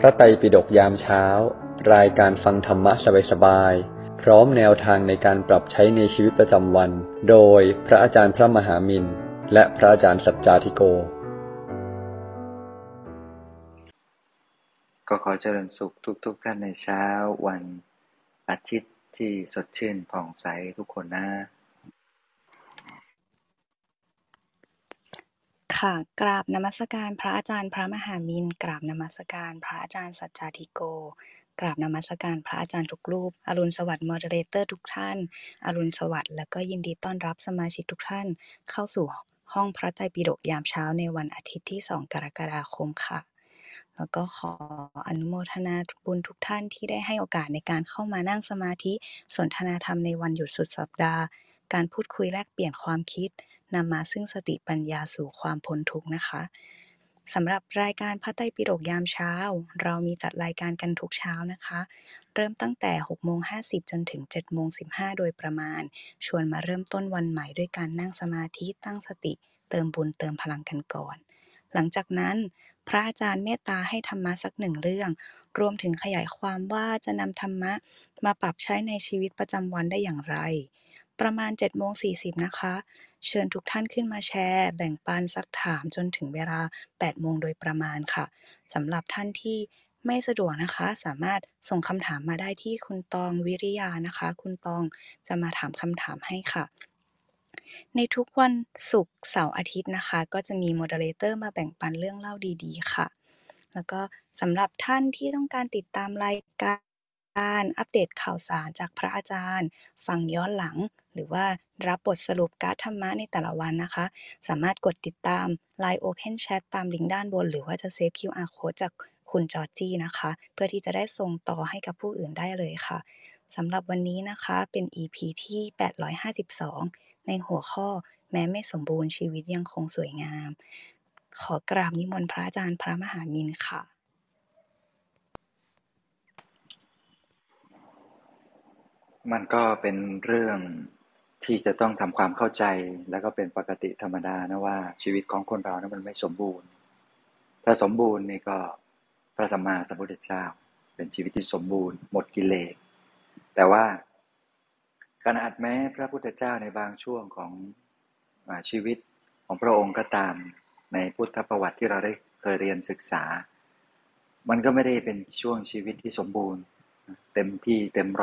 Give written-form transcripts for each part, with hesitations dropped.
ระไตรปิฎกยามเช้ารายการฟังธรรมะสบายๆพร้อมแนวทางในการปรับใช้ในชีวิตประจำวันโดยพระอาจารย์พระมหามินและพระอาจารย์สัจจาธิโกก็ขอเจริญสุขทุกท่านในเช้าวันอาทิตย์ที่สดชื่นผ่องใสทุกคนนะค่ะกราบนมัสการพระอาจารย์พระมหามินกราบนมัสการพระอาจารย์สัจจาธิโกกราบนมัสการพระอาจารย์ทุกรูปอรุณสวัสดิ์โมเดเรเตอร์ทุกท่านอรุณสวัสดิ์และก็ยินดีต้อนรับสมาชิกทุกท่านเข้าสู่ห้องพระไตรปิฎกยามเช้าในวันอาทิตย์ที่2กรกฎาคมค่ะแล้วก็ขออนุโมทนาบุญทุกท่านที่ได้ให้โอกาสในการเข้ามานั่งสมาธิสนทนาธรรมในวันหยุดสุดสัปดาห์การพูดคุยแลกเปลี่ยนความคิดนำมาซึ่งสติปัญญาสู่ความพ้นทุกข์นะคะสำหรับรายการพระไตรปิฎกยามเช้าเรามีจัดรายการกันทุกเช้านะคะเริ่มตั้งแต่ 6:50 จนถึง 7:15 โดยประมาณชวนมาเริ่มต้นวันใหม่ด้วยการนั่งสมาธิตั้งสติเติมบุญเติมพลังกันก่อนหลังจากนั้นพระอาจารย์เมตตาให้ธรรมะสักหนึ่งเรื่องรวมถึงขยายความว่าจะนำธรรมะมาปรับใช้ในชีวิตประจำวันได้อย่างไรประมาณ 7:40 นะคะเชิญทุกท่านขึ้นมาแชร์แบ่งปันซักถามจนถึงเวลา 8 โมงโดยประมาณค่ะสำหรับท่านที่ไม่สะดวกนะคะสามารถส่งคำถามมาได้ที่คุณตองวิริยานะคะคุณตองจะมาถามคำถามให้ค่ะในทุกวันศุกร์เสาร์อาทิตย์นะคะก็จะมีโมเดเลเตอร์มาแบ่งปันเรื่องเล่าดีๆค่ะแล้วก็สำหรับท่านที่ต้องการติดตามรายการอัปเดตข่าวสารจากพระอาจารย์ฟังย้อนหลังหรือว่ารับบทสรุปการ์ดธรรมะในแต่ละวันนะคะสามารถกดติดตาม LINE Open Chat ตามลิงก์ด้านบนหรือว่าจะเซฟ QR Code จากคุณจอร์จี้นะคะเพื่อที่จะได้ส่งต่อให้กับผู้อื่นได้เลยค่ะสำหรับวันนี้นะคะเป็น EP ที่852ในหัวข้อแม้ไม่สมบูรณ์ชีวิตยังคงสวยงามขอกราบนิมนต์พระอาจารย์พระมหามินค่ะมันก็เป็นเรื่องที่จะต้องทำความเข้าใจแล้วก็เป็นปกติธรรมดานะว่าชีวิตของคนเรานะมันไม่สมบูรณ์ถ้าสมบูรณ์นี่ก็พระสัมมาสัมพุทธเจ้าเป็นชีวิตที่สมบูรณ์หมดกิเลสแต่ว่าขณะแม้พระพุทธเจ้าในบางช่วงของชีวิตของพระองค์ก็ตามในพุทธประวัติที่เราได้เคยเรียนศึกษามันก็ไม่ได้เป็นช่วงชีวิตที่สมบูรณ์เต็มที่เต็ม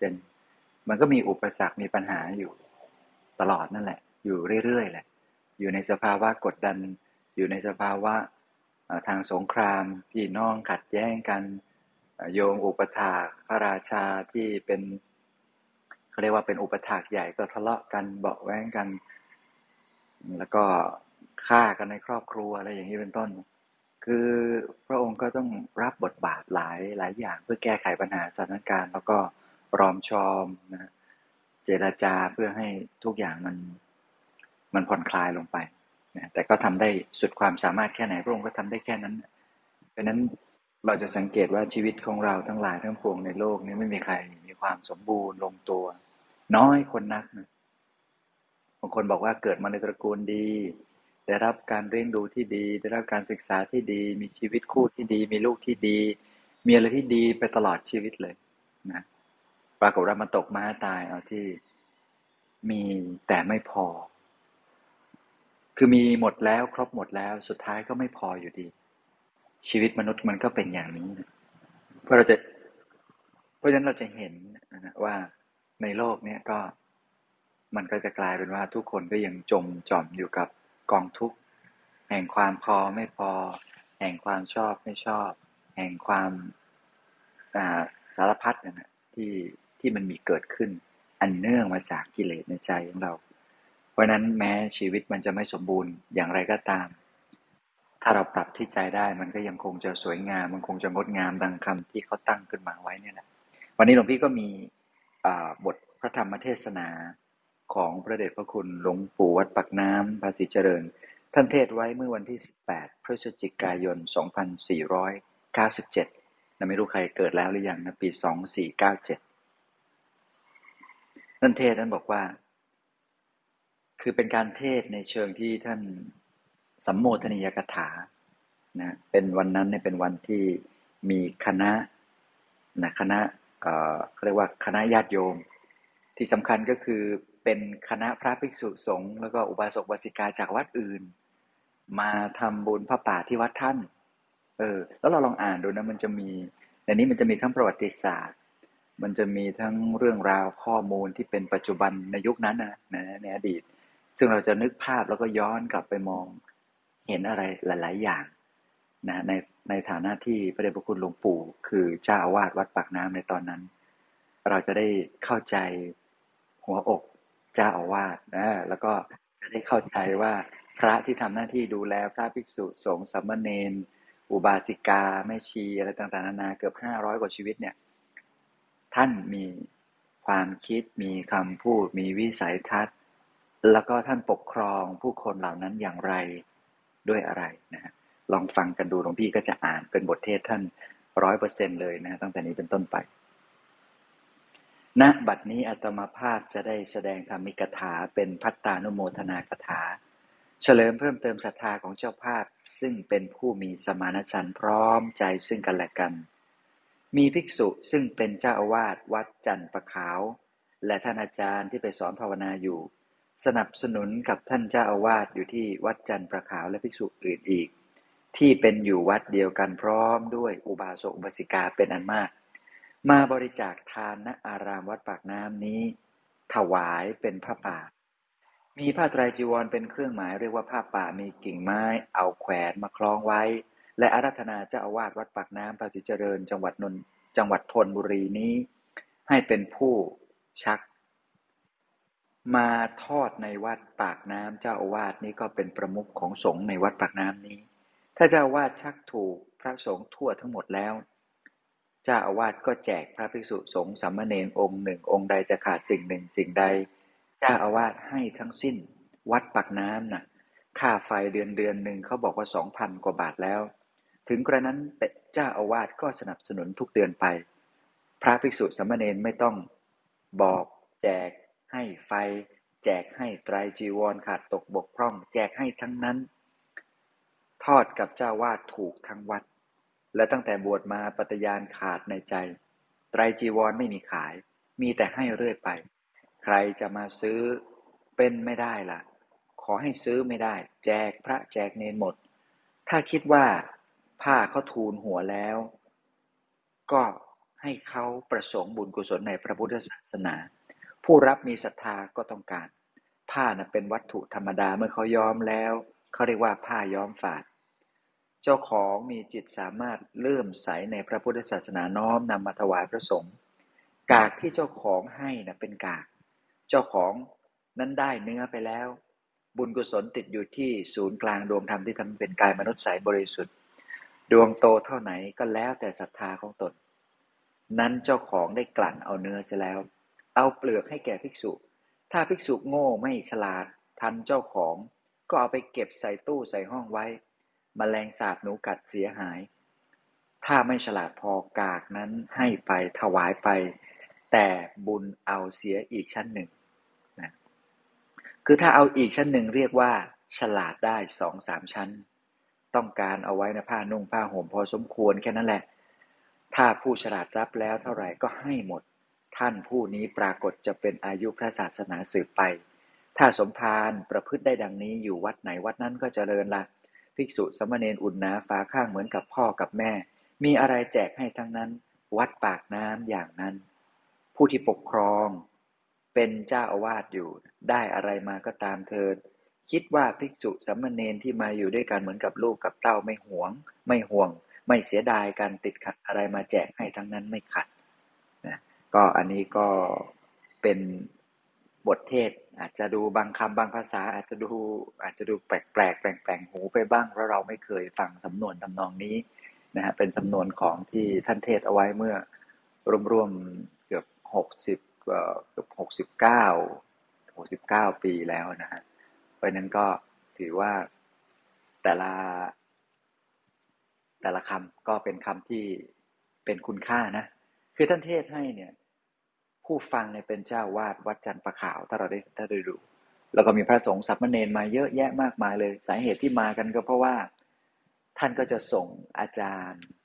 100%มันก็มีอุปสรรคมีปัญหาอยู่ตลอดนั่นแหละอยู่เรื่อยๆแหละอยู่ในสภาวะกดดันอยู่ในสภาวะทางสงครามพี่น้องขัดแย้งกันโยมอุปถากพระราชาที่เป็นเขาเรียกว่าเป็นอุปถากใหญ่ก็ทะเลาะกันเบาะแว้งกันแล้วก็ฆ่ากันในครอบครัวอะไรอย่างนี้เป็นต้นคือพระองค์ก็ต้องรับบทบาทหลายอย่างเพื่อแก้ไขปัญหาสถานการณ์แล้วก็รอมชอมนะเจรจาเพื่อให้ทุกอย่างมันผ่อนคลายลงไปนะแต่ก็ทำได้สุดความสามารถแค่ไหนพระองค์ก็ทำได้แค่นั้นเพราะนั้นเราจะสังเกตว่าชีวิตของเราทั้งหลายทั้งปวงในโลกนี้ไม่มีใครมีความสมบูรณ์ลงตัวน้อยคนนักนะบางคนบอกว่าเกิดมาในตระกูลดีได้รับการเลี้ยงดูที่ดีได้รับการศึกษาที่ดีมีชีวิตคู่ที่ดีมีลูกที่ดีมีอะไรที่ดีไปตลอดชีวิตเลยนะปรากฏว่ามันตกม้าตายเอาที่มีแต่ไม่พอคือมีหมดแล้วครบหมดแล้วสุดท้ายก็ไม่พออยู่ดีชีวิตมนุษย์มันก็เป็นอย่างนี้นะเพราะฉะนั้นเราจะเห็นนะว่าในโลกนี้ก็มันก็จะกลายเป็นว่าทุกคนก็ยังจมจ่อมอยู่กับกองทุกข์แห่งความพอไม่พอแห่งความชอบไม่ชอบแห่งความสารพัดนะที่มันมีเกิดขึ้นอันเนื่องมาจากกิเลสในใจของเราเพราะนั้นแม้ชีวิตมันจะไม่สมบูรณ์อย่างไรก็ตามถ้าเราปรับที่ใจได้มันก็ยังคงจะสวยงามมันคงจะงดงามดังคำที่เขาตั้งขึ้นมาไว้เนี่ยแหละวันนี้หลวงพี่ก็มีบทพระธรรมเทศนาของพระเดชพระคุณหลวงปู่วัดปากน้ำภาษีเจริญท่านเทศไว้เมื่อวันที่18พฤศจิกายน2497นะไม่รู้ใครเกิดแล้วหรือยังนะปี2497ท่านเทศนั้นบอกว่าคือเป็นการเทศในเชิงที่ท่านสัมโมทนียกถานะเป็นวันนั้นเนี่ยเป็นวันที่มีคณะคณะเขาเรียกว่าคณะญาติโยมที่สำคัญก็คือเป็นคณะพระภิกษุสงฆ์แล้วก็อุบาสกอุบาสิกาจากวัดอื่นมาทำบุญพระป่าที่วัดท่านแล้วเราลองอ่านดูนะมันจะมีในนี้มันจะมีทั้งประวัติศาสตร์มันจะมีทั้งเรื่องราวข้อมูลที่เป็นปัจจุบันในยุคนั้นนะในอดีตซึ่งเราจะนึกภาพแล้วก็ย้อนกลับไปมองเห็นอะไรหลายๆอย่างนะในฐานะที่พระเดชพระคุณหลวงปู่คือเจ้าอาวาสวัดปากน้ำในตอนนั้นเราจะได้เข้าใจหัวอกเจ้าอาวาสแล้วก็จะได้เข้าใจว่าพระที่ทำหน้าที่ดูแลพระภิกษุสงฆ์สามเณรอุบาสิกาแม่ชีอะไรต่างๆนานาเกือบ500กว่าชีวิตเนี่ยท่านมีความคิดมีคำพูดมีวิสัยทัศน์แล้วก็ท่านปกครองผู้คนเหล่านั้นอย่างไรด้วยอะไรนะฮะลองฟังกันดูหลวงพี่ก็จะอ่านเป็นบทเทศท่าน 100% เลยนะตั้งแต่นี้เป็นต้นไปณบัดนี้อาตมาภาพจะได้แสดงธรรมิกถาเป็นภัตตานุโมทนากถาเฉลิมเพิ่มเติมศรัทธาของเจ้าภาพซึ่งเป็นผู้มีสมานฉันท์พร้อมใจซึ่งกันและกันมีภิกษุซึ่งเป็นเจ้าอาวาสวัดจันทประขาวและท่านอาจารย์ที่ไปสอนภาวนาอยู่สนับสนุนกับท่านเจ้าอาวาสอยู่ที่วัดจันทประขาวและภิกษุอื่นอีกที่เป็นอยู่วัดเดียวกันพร้อมด้วยอุบาสกอุบาสิกาเป็นอันมากมาบริจาคทานณอารามวัดปากน้ำนี้ถวายเป็นผ้าป่ามีผ้าไตรจีวรเป็นเครื่องหมายเรียกว่าผ้าป่ามีกิ่งไม้เอาแขวนมาคล้องไว้และอาราธนาเจ้าอาวาสวัดปากน้ำภาษีเจริญจังหวัดธนบุรีนี้ให้เป็นผู้ชักมาทอดในวัดปากน้ำเจ้าอาวาสนี้ก็เป็นประมุขของสงฆ์ในวัดปากน้ำนี้ถ้าเจ้าอาวาสชักถูกพระสงฆ์ทั่วทั้งหมดแล้วเจ้าอาวาสก็แจกพระภิกษุสงฆ์สามเณรองค์หนึ่งองค์ใดจะขาดสิ่งหนึ่งสิ่งใดเจ้าอาวาสให้ทั้งสิ้นวัดปากน้ำน่ะค่าไฟเดือนหนึ่งเขาบอกว่า 2,000 กว่าบาทแล้วถึงกระนั้นเจ้าอาวาสก็สนับสนุนทุกเดือนไปพระภิกษุสามเณรไม่ต้องบอกแจกให้ไฟแจกให้ไตรจีวรขาดตกบกพร่องแจกให้ทั้งนั้นทอดกับเจ้าวาดถูกทั้งวัดและตั้งแต่บวชมาปฏิญาณขาดในใจไตรจีวรไม่มีขายมีแต่ให้เรื่อยไปใครจะมาซื้อเป็นไม่ได้ล่ะขอให้ซื้อไม่ได้แจกพระแจกเนรหมดถ้าคิดว่าผ้าเขาทูลหัวแล้วก็ให้เขาประสงค์บุญกุศลในพระพุทธศาสนาผู้รับมีศรัทธาก็ต้องการผ้าน่ะเป็นวัตถุธรรมดาเมื่อเขาย้อมแล้วเขาเรียกว่าผ้าย้อมฝาดเจ้าของมีจิตสามารถเลื่อมใสในพระพุทธศาสนาน้อมนำมาถวายพระสงฆ์กากที่เจ้าของให้น่ะเป็นกากเจ้าของนั้นได้เนื้อไปแล้วบุญกุศลติดอยู่ที่ศูนย์กลางดวงธรรมที่ทำเป็นกายมนุษย์ใสบริสุทธิ์ดวงโตเท่าไหนก็แล้วแต่ศรัทธาของตนนั้นเจ้าของได้กลั่นเอาเนื้อเสียแล้วเอาเปลือกให้แก่ภิกษุถ้าภิกษุโง่ไม่ฉลาดทันเจ้าของก็เอาไปเก็บใส่ตู้ใส่ห้องไว้แมลงสาบหนูกัดเสียหายถ้าไม่ฉลาดพอกากนั้นให้ไปถวายไปแต่บุญเอาเสียอีกชั้นหนึ่งนะคือถ้าเอาอีกชั้นหนึ่งเรียกว่าฉลาดได้ 2-3 ชั้นต้องการเอาไว้ในผ้านุ่งผ้าห่มพอสมควรแค่นั้นแหละถ้าผู้ฉลาดรับแล้วเท่าไหร่ก็ให้หมดท่านผู้นี้ปรากฏจะเป็นอายุพระศาสนาสืบไปถ้าสมภารประพฤติได้ดังนี้อยู่วัดไหนวัดนั้นก็เจริญละภิกษุสามเณรอุ่นหนาฝาข้างเหมือนกับพ่อกับแม่มีอะไรแจกให้ทั้งนั้นวัดปากน้ำอย่างนั้นผู้ที่ปกครองเป็นเจ้าอาวาสอยู่ได้อะไรมาก็ตามเถิดคิดว่าภิกษุสามเณรที่มาอยู่ด้วยกันเหมือนกับลูกกับเต้าไม่หวงไม่ห่วงไม่เสียดายการติดขัดอะไรมาแจกให้ทั้งนั้นไม่ขัดนะก็อันนี้ก็เป็นบทเทศอาจจะดูบางคำบางภาษาอาจจะดูแปลกแปลงหูไปบ้างเพราะเราไม่เคยฟังสำนวนทำนองนี้นะฮะเป็นสำนวนของที่ท่านเทศเอาไว้เมื่อรวมเกือบ69ปีแล้วนะฮะเพราะนั้นก็ถือว่าแต่ละคำก็เป็นคำที่เป็นคุณค่านะคือท่านเทศให้เนี่ยผู้ฟังเนี่ยเป็นเจ้าวาดวัดจันทประขาวถ้าได้ดูแล้วก็มีพระสงฆ์สามเณรมาเยอะแยะมากมายเลยสาเหตุที่มากันก็เพราะว่าท่านก็จะส่งอาจารย์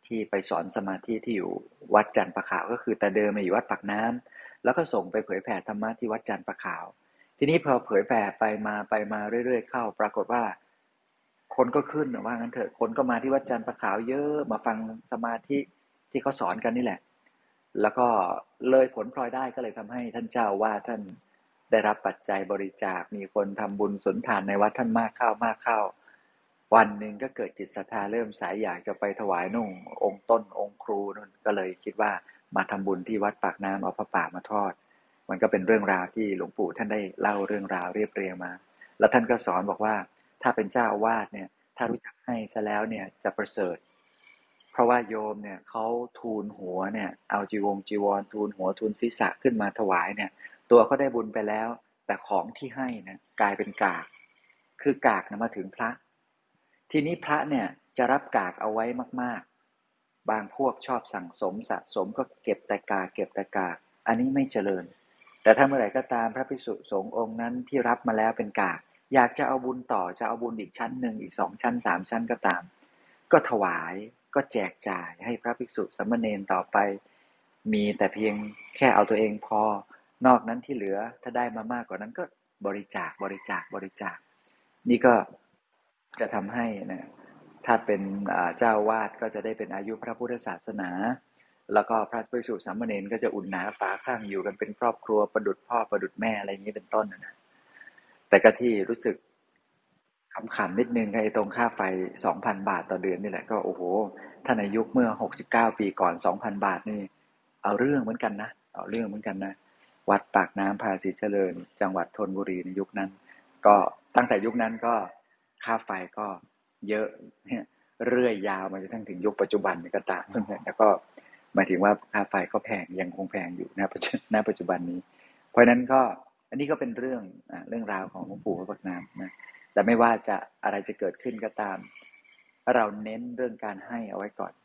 ที่ไปสอนสมาธิที่อยู่วัดจันทร์ประขาวก็คือแต่เดิมอยู่วัดปากน้ำแล้วก็ส่งไปเผยแผ่ธรรมะที่วัดจันทร์ประขาวทีนี้พอเผยแผ่ไปมาเรื่อยๆเข้าปรากฏว่าคนก็ขึ้นว่างั้นเถอะคนก็มาที่วัดจันทร์ประขาวเยอะมาฟังสมาธิที่เขาสอนกันนี่แหละแล้วก็เลยผลพลอยได้ก็เลยทำให้ท่านเจ้าว่าท่านได้รับปัจจัยบริจาคมีคนทำบุญสุนทานในวัดท่านมากเข้าวันหนึ่งก็เกิดจิตศรัทธาเริ่มใสอยากจะไปถวายนุ่งองค์ต้นองค์ครูนั่นก็เลยคิดว่ามาทำบุญที่วัดปากน้ำเอาพระป่ามาทอดมันก็เป็นเรื่องราวที่หลวงปู่ท่านได้เล่าเรื่องราวเรียบเรียงมาแล้วท่านก็สอนบอกว่าถ้าเป็นเจ้าอาวาสเนี่ยถ้ารู้จักให้ซะแล้วเนี่ยจะประเสริฐเพราะว่าโยมเนี่ยเขาทูลหัวเนี่ยเอาจีวรทูลหัวทูลศีรษะขึ้นมาถวายเนี่ยตัวเขาได้บุญไปแล้วแต่ของที่ให้เนี่ยกลายเป็นกากคือกากนะมาถึงพระทีนี้พระเนี่ยจะรับกากเอาไว้มากๆบางพวกชอบสั่งสมสะสมก็เก็บแต่กากอันนี้ไม่เจริญแต่ถ้าเมื่อไหร่ก็ตามพระภิกษุสงฆ์องค์นั้นที่รับมาแล้วเป็นกากอยากจะเอาบุญต่อจะเอาบุญอีกชั้นหนึ่งอีก2 ชั้น3 ชั้นก็ตามก็ถวายก็แจกจ่ายให้พระภิกษุสามเณรต่อไปมีแต่เพียงแค่เอาตัวเองพอนอกนั้นที่เหลือถ้าได้มามากกว่านั้นก็บริจาคนี่ก็จะทำให้นะถ้าเป็นเจ้าวาดก็จะได้เป็นอายุพระพุทธศาสนาแล้วก็พระภิกษุสามเณรก็จะอุ่นหนาฝาข้างอยู่กันเป็นครอบครัวประดุจพ่อประดุจแม่อะไรอย่างนี้เป็นต้นนะแต่ก็ที่รู้สึกขำๆนิดนึงไอ้ตรงค่าไฟ 2,000 บาทต่อเดือนนี่แหละก็โอ้โหท่านอายุเมื่อ69 ปีก่อน 2,000 บาทนี่เอาเรื่องเหมือนกันนะวัดปากน้ำภาษีเจริญจังหวัดธนบุรีในยุคนั้นก็ตั้งแต่ยุคนั้นก็ค่าไฟก็เยอะเนี่ยเรื่อยยาวมาจนถึงยุคปัจจุบันนี่ก็ตามแล้วก็หมายถึงว่าค่าไฟก็แพงยังคงแพงอยู่ณปัจจุบันนี้เพราะนั้นก็อันนี้ก็เป็นเรื่องราวของหลวงปู่วัดปากน้ำนะแต่ไม่ว่าจะอะไรจะเกิดขึ้นก็ตามเราเน้นเรื่องการให้เอาไว้ก่อน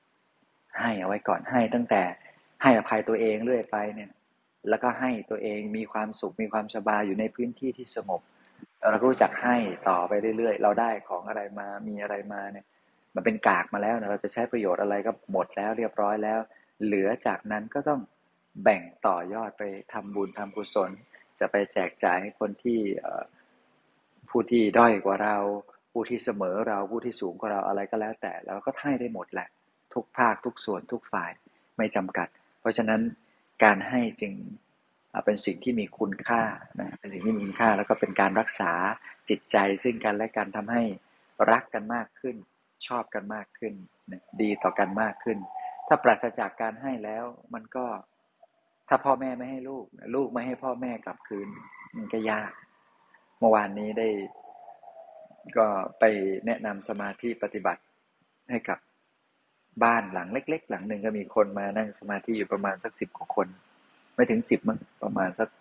ให้ตั้งแต่ให้อภัยตัวเองเรื่อยไปเนี่ยแล้วก็ให้ตัวเองมีความสุขมีความสบายอยู่ในพื้นที่ที่สงบเรารู้จักให้ต่อไปเรื่อยๆเราได้ของอะไรมามีอะไรมาเนี่ยมันเป็นกากมาแล้วนะเราจะใช้ประโยชน์อะไรก็หมดแล้วเรียบร้อยแล้วเหลือจากนั้นก็ต้องแบ่งต่อยอดไปทำบุญทำกุศลจะไปแจกจ่ายให้คนที่ผู้ที่ด้อยกว่าเราผู้ที่เสมอเราผู้ที่สูงกว่าเราอะไรก็แล้วแต่เราก็ให้ได้หมดแหละทุกภาคทุกส่วนทุกฝ่ายไม่จำกัดเพราะฉะนั้นการให้จึงเป็นสิ่งที่มีคุณค่านะเป็นสิ่งที่มีคุณค่าแล้วก็เป็นการรักษาจิตใจซึ่งกันและกันทำให้รักกันมากขึ้นชอบกันมากขึ้นดีต่อกันมากขึ้นถ้าปราศจากการให้แล้วมันก็ถ้าพ่อแม่ไม่ให้ลูกไม่ให้พ่อแม่กลับคืนมันก็ยากเมื่อวานนี้ได้ก็ไปแนะนำสมาธิปฏิบัติให้กับบ้านหลังเล็กๆหลังหนึ่งก็มีคนมานั่งสมาธิอยู่ประมาณสัก10 กว่าคนไม่ถึง10มั้งประมาณสัก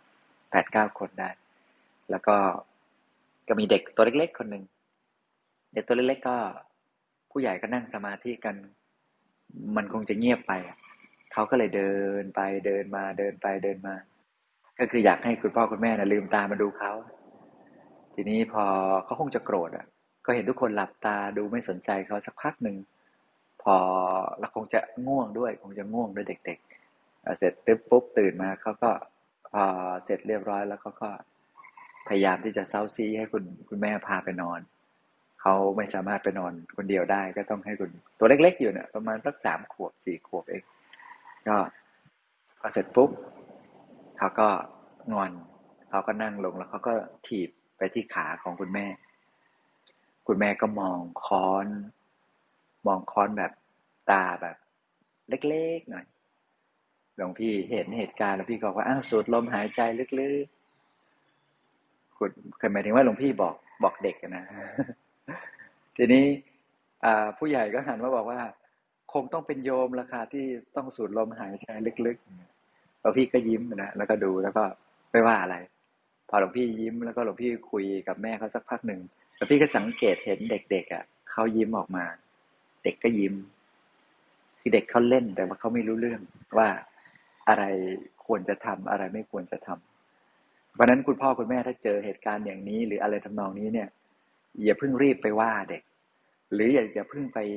8-9 คนได้แล้วก็มีเด็กตัวเล็กๆคนหนึ่งเด็กตัวเล็กๆก็ผู้ใหญ่ก็นั่งสมาธิกันมันคงจะเงียบไปเขาก็เลยเดินไปเดินมาเดินไปเดินมาก็คืออยากให้คุณพ่อคุณแม่ลืมตามาดูเขาทีนี้พอเขาคงจะโกรธก็เห็นทุกคนหลับตาดูไม่สนใจเขาสักพักหนึ่งพอแล้วคงจะง่วงด้วยเด็กๆเสร็จปุ๊บตื่นมาเขาก็พอเสร็จเรียบร้อยแล้วเขาก็พยายามที่จะเซ้าซี้ให้คุณแม่พาไปนอนเขาไม่สามารถไปนอนคนเดียวได้ก็ต้องให้คุณตัวเล็กๆอยู่เนี่ยประมาณสัก3 ขวบ4 ขวบเองก็พอเสร็จปุ๊บเขาก็งอนเขาก็นั่งลงแล้วเขาก็ถีบไปที่ขาของคุณแม่ก็มองค้อนแบบตาแบบเล็กๆหน่อยหลวงพี่เห็นเหตุการณ์แล้วพี่ก็ว่าอ้าวสูดลมหายใจลึกๆคุณหมายถึงว่าหลวงพี่บอกเด็กนะทีนี้ผู้ใหญ่ก็หันมาบอกว่าคงต้องเป็นโยมละค่ะที่ต้องสูดลมหายใจลึกๆหลวงพี่ก็ยิ้มนะแล้วก็ดูแล้วก็ไม่ว่าอะไรพอหลวงพี่ยิ้มแล้วก็หลวงพี่คุยกับแม่เขาสักพักหนึ่งหลวงพี่ก็สังเกตเห็นเด็กๆเขายิ้มออกมาเด็กก็ยิ้มคือเด็กเขาเล่นแต่ว่าเขาไม่รู้เรื่องว่าอะไรควรจะทำอะไรไม่ควรจะทำเพราะนั้นคุณพ่อคุณแม่ถ้าเจอเหตุการณ์อย่างนี้หรืออะไรทำนองนี้เนี่ยอย่าเพิ่งรีบไปว่าเด็กหรืออย่าเพิ่งไป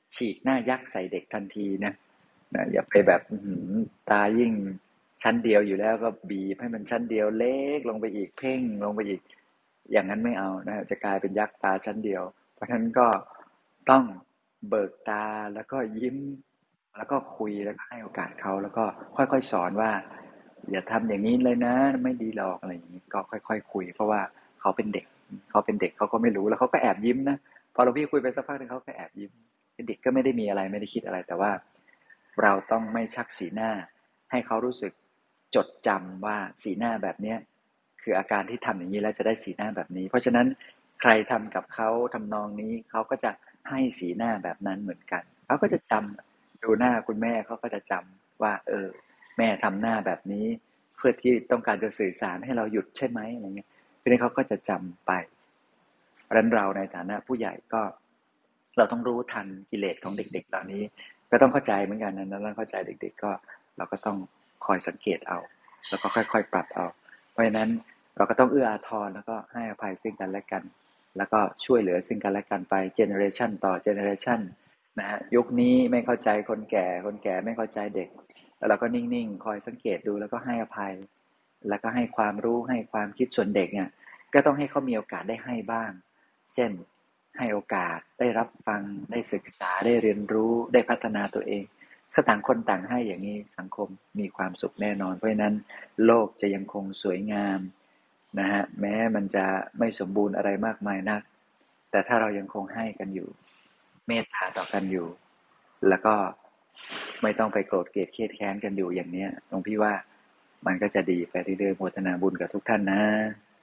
ฉีกหน้ายักษ์ใส่เด็กทันทีนะอย่าไปแบบตายิ่งชั้นเดียวอยู่แล้วก็บีบให้มันชั้นเดียวเล็กลงไปอีกเพ่งลงไปอีกอย่างนั้นไม่เอานะจะกลายเป็นยักษ์ตาชั้นเดียวเพราะฉะนั้นก็ต้องเบิกตาแล้วก็ยิ้มแล้วก็คุยแล้วก็ให้โอกาสเขาแล้วก็ค่อยๆสอนว่าอย่าทำอย่างนี้เลยนะไม่ดีหรอกอะไรอย่างนี้ก็ค่อยๆคุยเพราะว่าเขาเป็นเด็กเขาก็ไม่รู้แล้วเขาก็แอบยิ้มนะพอหลวงพี่คุยไปสักพักนึงเขาก็แอบยิ้มเด็กก็ไม่ได้มีอะไรไม่ได้คิดอะไรแต่ว่าเราต้องไม่ชักสีหน้าให้เขารู้สึกจดจำว่าสีหน้าแบบเนี้ยคืออาการที่ทำอย่างนี้แล้วจะได้สีหน้าแบบนี้เพราะฉะนั้นใครทำกับเขาทำนองนี้เขาก็จะให้สีหน้าแบบนั้นเหมือนกันเขาก็จะจำดูหน้าคุณแม่เขาก็จะจำว่าแม่ทำหน้าแบบนี้เพื่อที่ต้องการจะสื่อสารให้เราหยุดใช่ไหมอะไรเงี้ยทีนี้เขาก็จะจำไปเพราะฉะนั้นเราในฐานะผู้ใหญ่ก็เราต้องรู้ทันกิเลสของเด็กๆเหล่านี้ก็ต้องเข้าใจเหมือนกันนะแล้วเข้าใจเด็กๆก็เราก็ต้องคอยสังเกตเอาแล้วก็ค่อยๆปรับเอาเพราะฉะนั้นเราก็ต้องเอื้ออาทรแล้วก็ให้อภัยซึ่งกันและกันแล้วก็ช่วยเหลือซึ่งกันและกันไปเจเนอเรชันต่อเจเนอเรชันนะฮะยุคนี้ไม่เข้าใจคนแก่คนแก่ไม่เข้าใจเด็กแล้วเราก็นิ่งๆคอยสังเกตดูแล้วก็ให้อภัยแล้วก็ให้ความรู้ให้ความคิดส่วนเด็กเนี่ยก็ต้องให้เขามีโอกาสได้ให้บ้างเช่นให้โอกาสได้รับฟังได้ศึกษาได้เรียนรู้ได้พัฒนาตัวเองถ้าต่างคนต่างให้อย่างนี้สังคมมีความสุขแน่นอนเพราะฉะนั้นโลกจะยังคงสวยงามนะฮะแม้มันจะไม่สมบูรณ์อะไรมากมายนักแต่ถ้าเรายังคงให้กันอยู่เมตตาต่อกันอยู่แล้วก็ไม่ต้องไปโกรธเกลียดเครียดแค้นกันอยู่อย่างเนี้ยหลวงพี่ว่ามันก็จะดีไปเรื่อยๆโมทนาบุญกับทุกท่านนะ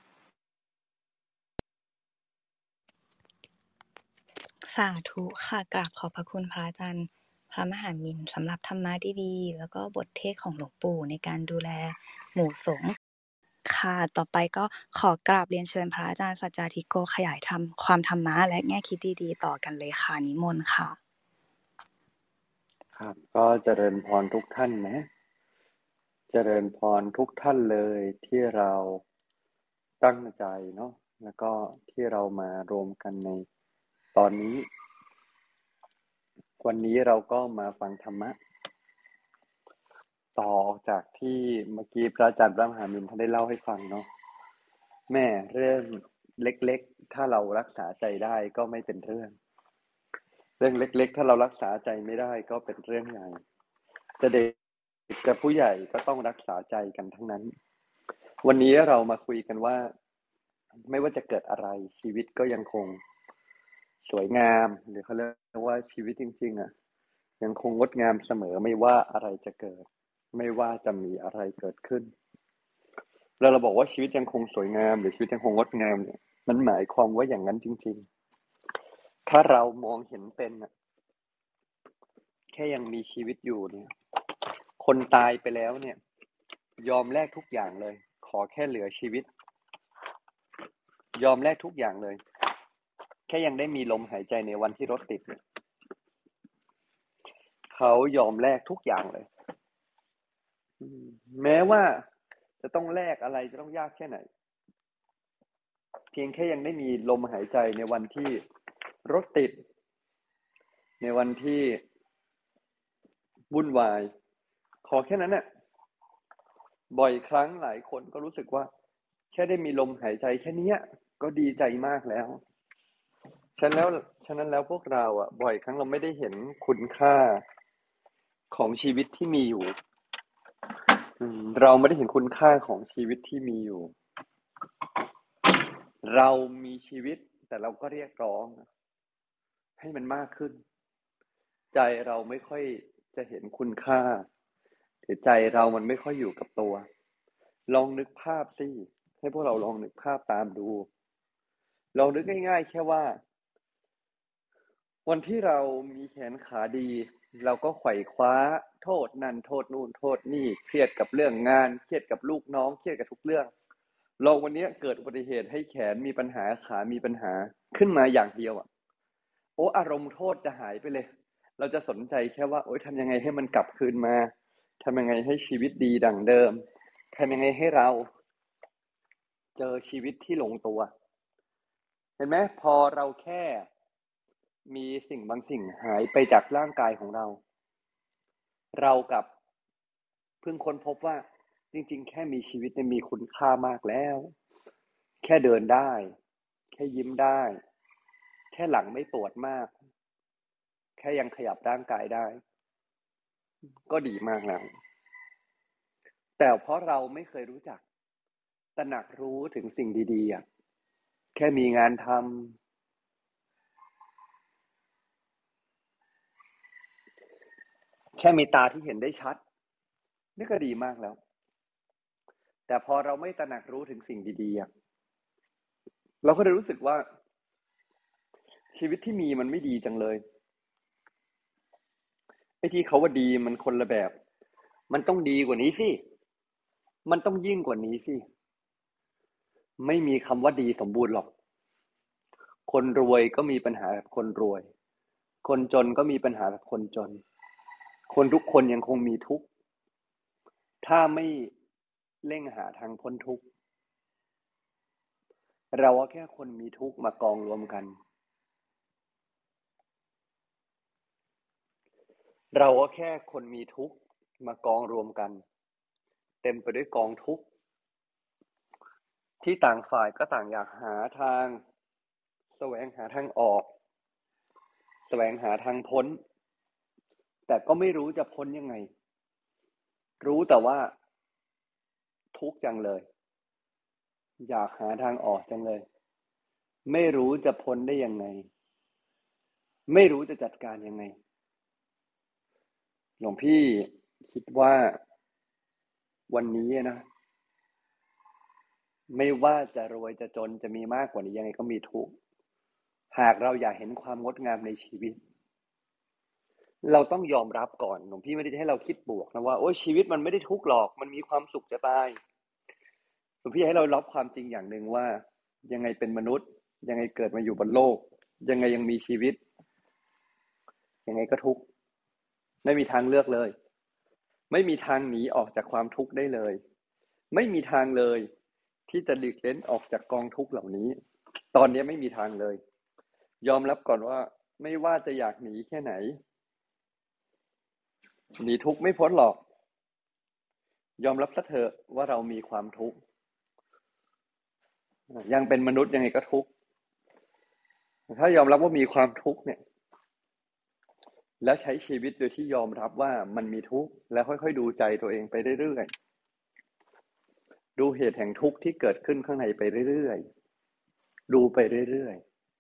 สาธุค่ะกราบขอบพระคุณพระอาจารย์พระมหามินสำหรับธรรมะดีๆแล้วก็บทเทศของหลวงปู่ในการดูแลหมู่สงฆ์ค่ะต่อไปก็ขอกราบเรียนเชิญพระอาจารย์สัจจาธิโกขยายธรรมความธรรมะและแง่คิดดีๆต่อกันเลยค่ะนิมนต์ค่ะครับก็เจริญพรทุกท่านนะเจริญพรทุกท่านเลยที่เราตั้งใจเนาะแล้วก็ที่เรามารวมกันในตอนนี้วันนี้เราก็มาฟังธรรมะต่อจากที่เมื่อกี้พระอาจารย์พระมหามินท่านได้เล่าให้ฟังเนาะแม่เรื่องเล็กๆถ้าเรารักษาใจได้ก็ไม่เป็นเรื่องเล็กๆถ้าเรารักษาใจไม่ได้ก็เป็นเรื่องใหญ่จะเด็กจะผู้ใหญ่ก็ต้องรักษาใจกันทั้งนั้นวันนี้เรามาคุยกันว่าไม่ว่าจะเกิดอะไรชีวิตก็ยังคงสวยงามหรือเขาเรียกว่าชีวิตจริงๆอ่ะยังคงงดงามเสมอไม่ว่าอะไรจะเกิดไม่ว่าจะมีอะไรเกิดขึ้นแล้วเราบอกว่าชีวิตยังคงสวยงามหรือชีวิตยังคงงดงามเนี่ยมันหมายความว่าอย่างนั้นจริงๆถ้าเรามองเห็นเป็นแค่ยังมีชีวิตอยู่เนี่ยคนตายไปแล้วเนี่ยยอมแลกทุกอย่างเลยขอแค่เหลือชีวิตยอมแลกทุกอย่างเลยแค่ยังได้มีลมหายใจในวันที่รถติดเนี่ยเขายอมแลกทุกอย่างเลยแม้ว่าจะต้องแลกอะไรจะต้องยากแค่ไหนเพียงแค่ยังได้มีลมหายใจในวันที่รถติดในวันที่วุ่นวายขอแค่นั้นน่ะบ่อยครั้งหลายคนก็รู้สึกว่าแค่ได้มีลมหายใจแค่นี้ก็ดีใจมากแล้วฉะนั้นแล้วพวกเราบ่อยครั้งเราไม่ได้เห็นคุณค่าของชีวิตที่มีอยู่เราไม่ได้เห็นคุณค่าของชีวิตที่มีอยู่เรามีชีวิตแต่เราก็เรียกร้องให้มันมากขึ้นใจเราไม่ค่อยจะเห็นคุณค่าหรือใจเรามันไม่ค่อยอยู่กับตัวลองนึกภาพสิให้พวกเราลองนึกภาพตามดูลองนึกง่ายๆแค่ว่าวันที่เรามีแขนขาดีเราก็ไขว่คว้าโทษนั่นโทษนู่นโทษนี่เครียดกับเรื่องงานเครียดกับลูกน้องเครียดกับทุกเรื่องลองวันนี้เกิดอุบัติเหตุให้แขนมีปัญหาขามีปัญหาขึ้นมาอย่างเดียวโอ้อารมณ์โทษจะหายไปเลยเราจะสนใจแค่ว่าโอ๊ยทำยังไงให้มันกลับคืนมาทำยังไงให้ชีวิตดีดั่งเดิมทำยังไงให้เราเจอชีวิตที่ลงตัวเห็นไหมพอเราแค่มีสิ่งบางสิ่งหายไปจากร่างกายของเรา เรากับเพิ่งค้นพบว่าจริงๆแค่มีชีวิตเนี่ยมีคุณค่ามากแล้ว แค่เดินได้ แค่ยิ้มได้ แค่หลังไม่ปวดมาก แค่ยังขยับร่างกายได้ ก็ดีมากแล้ว แต่เพราะเราไม่เคยรู้จักตระหนักรู้ถึงสิ่งดีๆอ่ะแค่มีงานทำแค่มีตาที่เห็นได้ชัดนี่ก็ดีมากแล้ว แต่พอเราไม่ตระหนักรู้ถึงสิ่งดีๆอ่ะเราก็จะรู้สึกว่าชีวิตที่มีมันไม่ดีจังเลยไอ้ที่เขาว่าดีมันคนละแบบ มันต้องดีกว่านี้สิมันต้องยิ่งกว่านี้สิไม่มีคำว่าดีสมบูรณ์หรอกคนรวยก็มีปัญหาแบบคนรวยคนจนก็มีปัญหาแบบคนจนคนทุกคนยังคงมีทุกข์ถ้าไม่เร่งหาทางพ้นทุกข์เราก็แค่คนมีทุกข์มากองรวมกันเราก็แค่คนมีทุกข์มากองรวมกันเต็มไปด้วยกองทุกข์ที่ต่างฝ่ายก็ต่างอยากหาทางแสวงหาทางออกแสวงหาทางพ้นแต่ก็ไม่รู้จะพ้นยังไงรู้แต่ว่าทุกข์จังเลยอยากหาทางออกจังเลยไม่รู้จะพ้นได้ยังไงไม่รู้จะจัดการยังไงหลวงพี่คิดว่าวันนี้นะไม่ว่าจะรวยจะจนจะมีมากกว่านี้ยังไงก็มีทุกข์หากเราอยากเห็นความงดงามในชีวิตเราต้องยอมรับก่อนหลวงพี่ไม่ได้ให้เราคิดบวกนะว่าโอ้ยชีวิตมันไม่ได้ทุกข์หรอกมันมีความสุขจะตายหลวงพี่ให้เรารับความจริงอย่างหนึ่งว่ายังไงเป็นมนุษย์ยังไงเกิดมาอยู่บนโลกยังไงยังมีชีวิตยังไงก็ทุกข์ไม่มีทางเลือกเลยไม่มีทางหนีออกจากความทุกข์ได้เลยไม่มีทางเลยที่จะหลีกเล้นออกจากกองทุกข์เหล่านี้ตอนนี้ไม่มีทางเลยยอมรับก่อนว่าไม่ว่าจะอยากหนีแค่ไหนหนีทุกข์ไม่พ้นหรอกยอมรับซะเถอะว่าเรามีความทุกข์ยังเป็นมนุษย์ยังไงก็ทุกข์ถ้ายอมรับว่ามีความทุกข์เนี่ยแล้วใช้ชีวิตโดยที่ยอมรับว่ามันมีทุกข์แล้วค่อยๆดูใจตัวเองไปเรื่อยๆดูเหตุแห่งทุกข์ที่เกิดขึ้นข้างในไปเรื่อยๆดูไปเรื่อย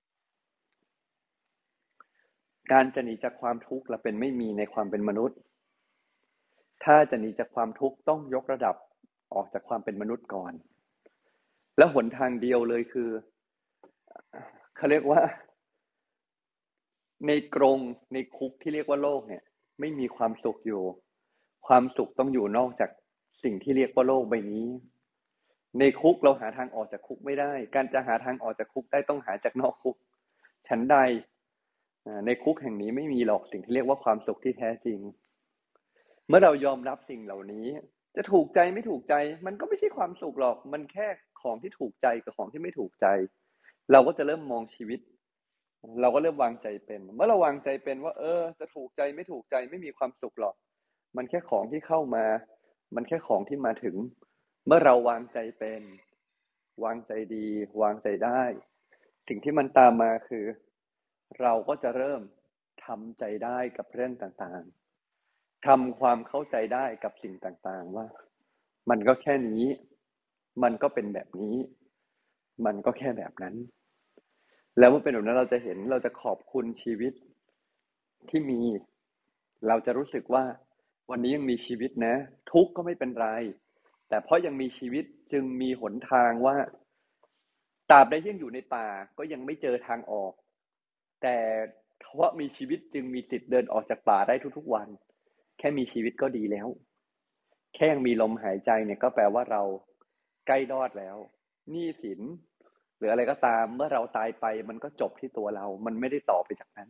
ๆการจะหนีจากความทุกข์และเป็นไม่มีในความเป็นมนุษย์ถ้าจะหนีจากความทุกข์ต้องยกระดับออกจากความเป็นมนุษย์ก่อนแล้วหนทางเดียวเลยคือเขาเรียกว่าในกรงในคุกที่เรียกว่าโลกเนี่ยไม่มีความสุขอยู่ความสุขต้องอยู่นอกจากสิ่งที่เรียกว่าโลกใบนี้ในคุกเราหาทางออกจากคุกไม่ได้การจะหาทางออกจากคุกได้ต้องหาจากนอกคุกฉันใดในคุกแห่งนี้ไม่มีหรอกสิ่งที่เรียกว่าความสุขที่แท้จริงเมื่อเรายอมรับสิ่งเหล่านี้จะถูกใจไม่ถูกใจมันก็ไม่ใช่ความสุขหรอกมันแค่ของที่ถูกใจกับของที่ไม่ถูกใจเราก็จะเริ่มมองชีวิตเราก็เริ่มวางใจเป็นเมื่อเราวางใจเป็นว่าจะถูกใจไม่ถูกใจไม่มีความสุขหรอกมันแค่ของที่เข้ามามันแค่ของที่มาถึงเมื่อเราวางใจเป็นวางใจดีวางใจได้สิ่งที่มันตามมาคือเราก็จะเริ่มทำใจได้กับเรื่องต่างๆทำความเข้าใจได้กับสิ่งต่างๆว่ามันก็แค่นี้มันก็เป็นแบบนี้มันก็แค่แบบนั้นแล้วเมื่อเป็นแบบนั้นเราจะเห็นเราจะขอบคุณชีวิตที่มีเราจะรู้สึกว่าวันนี้ยังมีชีวิตนะทุกข์ก็ไม่เป็นไรแต่เพราะยังมีชีวิตจึงมีหนทางว่าตราบใดที่ยังอยู่ในป่าก็ยังไม่เจอทางออกแต่เพราะมีชีวิตจึงมีสิทธิ์เดินออกจากป่าได้ทุกๆวันแค่มีชีวิตก็ดีแล้วแค่ยังมีลมหายใจเนี่ยก็แปลว่าเราใกล้รอดแล้วหนี้สินหรืออะไรก็ตามเมื่อเราตายไปมันก็จบที่ตัวเรามันไม่ได้ต่อไปจากนั้น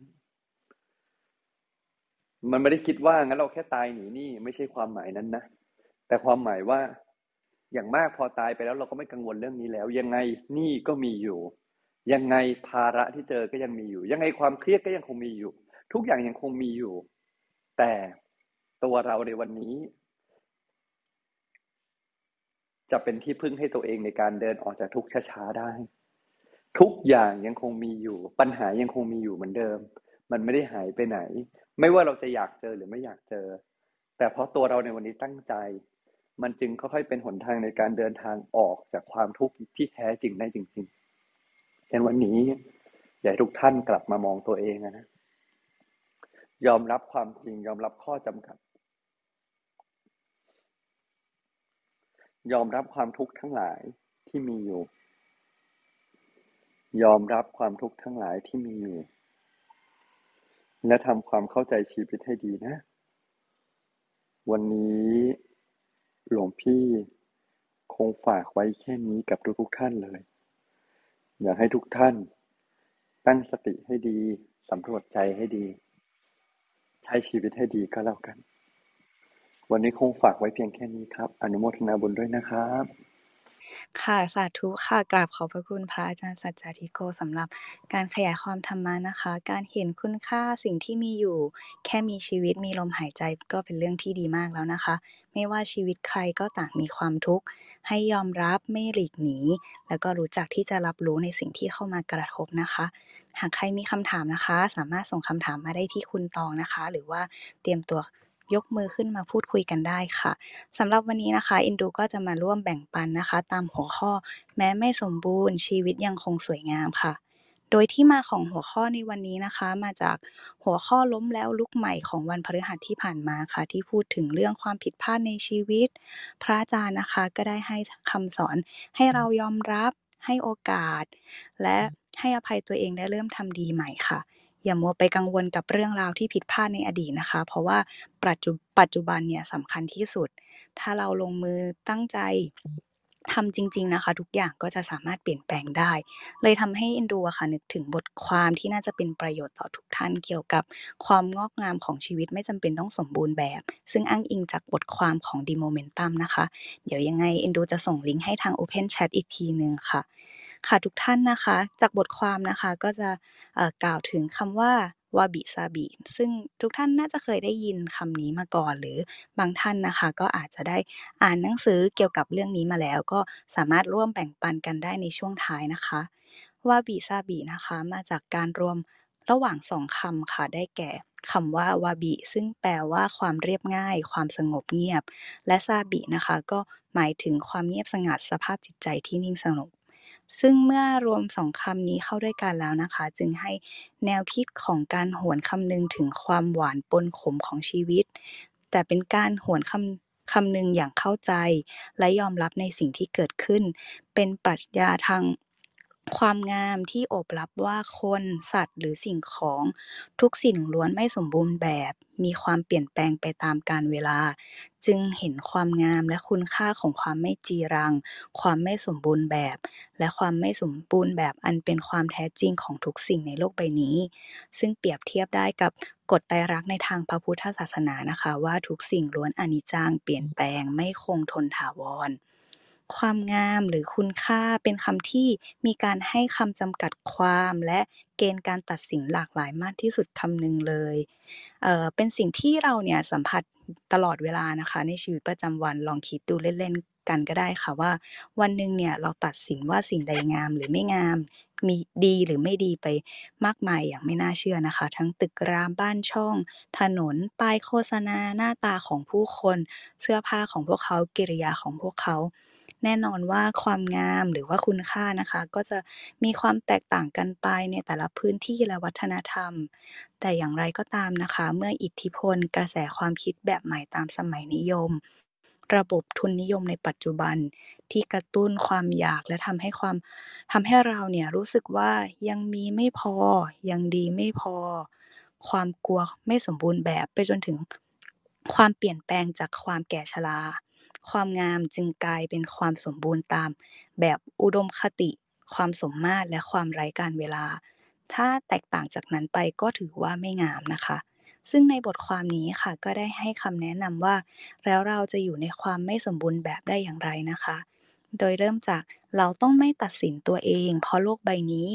มันไม่ได้คิดว่างั้นเราแค่ตายหนีหนี้ไม่ใช่ความหมายนั้นนะแต่ความหมายว่าอย่างมากพอตายไปแล้วเราก็ไม่กังวลเรื่องนี้แล้วยังไงหนี้ก็มีอยู่ยังไงภาระที่เจอก็ยังมีอยู่ยังไงความเครียดก็ยังคงมีอยู่ทุกอย่างยังคงมีอยู่แต่ตัวเราในวันนี้จะเป็นที่พึ่งให้ตัวเองในการเดินออกจากทุกข์ช้าๆได้ทุกอย่างยังคงมีอยู่ปัญหายังคงมีอยู่เหมือนเดิมมันไม่ได้หายไปไหนไม่ว่าเราจะอยากเจอหรือไม่อยากเจอแต่เพราะตัวเราในวันนี้ตั้งใจมันจึงค่อยๆเป็นหนทางในการเดินทางออกจากความทุกข์ที่แท้จริงได้จริงๆฉะนั้นวันนี้อยากให้ทุกท่านกลับมามองตัวเองนะยอมรับความจริงยอมรับข้อจำกัดยอมรับความทุกข์ทั้งหลายที่มีอยู่ยอมรับความทุกข์ทั้งหลายที่มีอยู่และทำความเข้าใจชีวิตให้ดีนะวันนี้หลวงพี่คงฝากไว้แค่นี้กับทุกท่านเลยอยากให้ทุกท่านตั้งสติให้ดีสำรวจใจให้ดีใช้ชีวิตให้ดีก็แล้วกันวันนี้คงฝากไว้เพียงแค่นี้ครับอนุโมทนาบุญด้วยนะครับค่ะสาธุค่ะกราบขอบพระคุณพระอาจารย์สัจจาธิโกสำหรับการขยายความธรรมะนะคะการเห็นคุณค่าสิ่งที่มีอยู่แค่มีชีวิตมีลมหายใจก็เป็นเรื่องที่ดีมากแล้วนะคะไม่ว่าชีวิตใครก็ต่างมีความทุกข์ให้ยอมรับไม่หลีกหนีแล้วก็รู้จักที่จะรับรู้ในสิ่งที่เข้ามากระทบนะคะหากใครมีคำถามนะคะสามารถส่งคำถามมาได้ที่คุณตองนะคะหรือว่าเตรียมตัวยกมือขึ้นมาพูดคุยกันได้ค่ะ สำหรับวันนี้นะคะอินดูก็จะมาร่วมแบ่งปันนะคะตามหัวข้อแม้ไม่สมบูรณ์ชีวิตยังคงสวยงามค่ะโดยที่มาของหัวข้อในวันนี้นะคะมาจากหัวข้อล้มแล้วลุกใหม่ของวันพฤหัสที่ผ่านมาค่ะที่พูดถึงเรื่องความผิดพลาดในชีวิตพระอาจารย์นะคะก็ได้ให้คำสอนให้เรายอมรับให้โอกาสและให้อภัยตัวเองได้เริ่มทำดีใหม่ค่ะอย่ามัวไปกังวลกับเรื่องราวที่ผิดพลาดในอดีตนะคะเพราะว่าปัจจุบันเนี่ยสำคัญที่สุด ถ้าเราลงมือตั้งใจทำจริงๆนะคะทุกอย่างก็จะสามารถเปลี่ยนแปลงได้เลยทำให้เอ็นดูอะค่ะนึกถึงบทความที่น่าจะเป็นประโยชน์ต่อทุกท่านเกี่ยวกับความงอกงามของชีวิตไม่จำเป็นต้องสมบูรณ์แบบซึ่งอ้างอิงจากบทความของ The Momentum นะคะเดี๋ยวยังไงเอ็นดูจะส่งลิงก์ให้ทาง Open Chat อีกทีหนึ่งค่ะค่ะทุกท่านนะคะจากบทความนะคะก็จะกล่าวถึงคำว่าวาบิซาบิซึ่งทุกท่านน่าจะเคยได้ยินคำนี้มาก่อนหรือบางท่านนะคะก็อาจจะได้อ่านหนังสือเกี่ยวกับเรื่องนี้มาแล้วก็สามารถร่วมแบ่งปันกันได้ในช่วงท้ายนะคะวาบิซาบินะคะมาจากการรวมระหว่างสองคำค่ะได้แก่คำว่าวาบิซึ่งแปลว่าความเรียบง่ายความสงบเงียบและซาบินะคะก็หมายถึงความเงียบสงัดสภาพจิตใจที่นิ่งสงบ ซึ่งเมื่อรวมสองคำนี้เข้าด้วยกันแล้วนะคะจึงให้แนวคิดของการหวนคำนึงถึงความหวานปนขมของชีวิตแต่เป็นการหวนคำนึงอย่างเข้าใจและยอมรับในสิ่งที่เกิดขึ้นเป็นปรัชญาทางความงามที่โอบรับว่าคนสัตว์หรือสิ่งของทุกสิ่งล้วนไม่สมบูรณ์แบบมีความเปลี่ยนแปลงไปตามกาลเวลาจึงเห็นความงามและคุณค่าของความไม่จีรังความไม่สมบูรณ์แบบ และความไม่สมบูรณ์แบบอันเป็นความแท้จริงของทุกสิ่งในโลกใบนี้ซึ่งเปรียบเทียบได้กับกฎไตรลักษณ์ในทางพระพุทธศาสนานะคะว่าทุกสิ่งล้วนอนิจจังเปลี่ยนแปลงไม่คงทนถาวรความงามหรือคุณค่าเป็นคำที่มีการให้คำจำกัดความและเกณฑ์การตัดสินหลากหลายมากที่สุดคำหนึ่งเลยเป็นสิ่งที่เราเนี่ยสัมผัสตลอดเวลานะคะในชีวิตประจำวันลองคิดดูเล่นๆกันก็ได้ค่ะว่า วันหนึ่งเนี่ยเราตัดสินว่าสิ่งใดงามหรือไม่งามมีดีหรือไม่ดีไปมากมายอย่างไม่น่าเชื่อนะคะทั้งตึกรามบ้านช่องถนนป้ายโฆษณาหน้าตาของผู้คนเสื้อผ้าของพวกเขากิริยาของพวกเขาแน่นอนว่าความงามหรือว่าคุณค่านะคะก็จะมีความแตกต่างกันไปในแต่ละพื้นที่และวัฒนธรรมแต่อย่างไรก็ตามนะคะเมื่ออิทธิพลกระแสความคิดแบบใหม่ตามสมัยนิยมระบบทุนนิยมในปัจจุบัน ที่กระตุ้นความอยากและทำให้เราเนี่ยรู้สึกว่ายังมีไม่พอยังดีไม่พอความกลัวไม่สมบูรณ์แบบไปจนถึงความเปลี่ยนแปลงจากความแก่ชราความงามจึงกลายเป็นความสมบูรณ์ตามแบบอุดมคติความสมมาตรและความไร้กาลเวลาถ้าแตกต่างจากนั้นไปก็ถือว่าไม่งามนะคะซึ่งในบทความนี้ค่ะก็ได้ให้คำแนะนำว่าแล้วเราจะอยู่ในความไม่สมบูรณ์แบบได้อย่างไรนะคะ โดยเริ่มจากเราต้องไม่ตัดสินตัวเองเพราะโลกใบนี้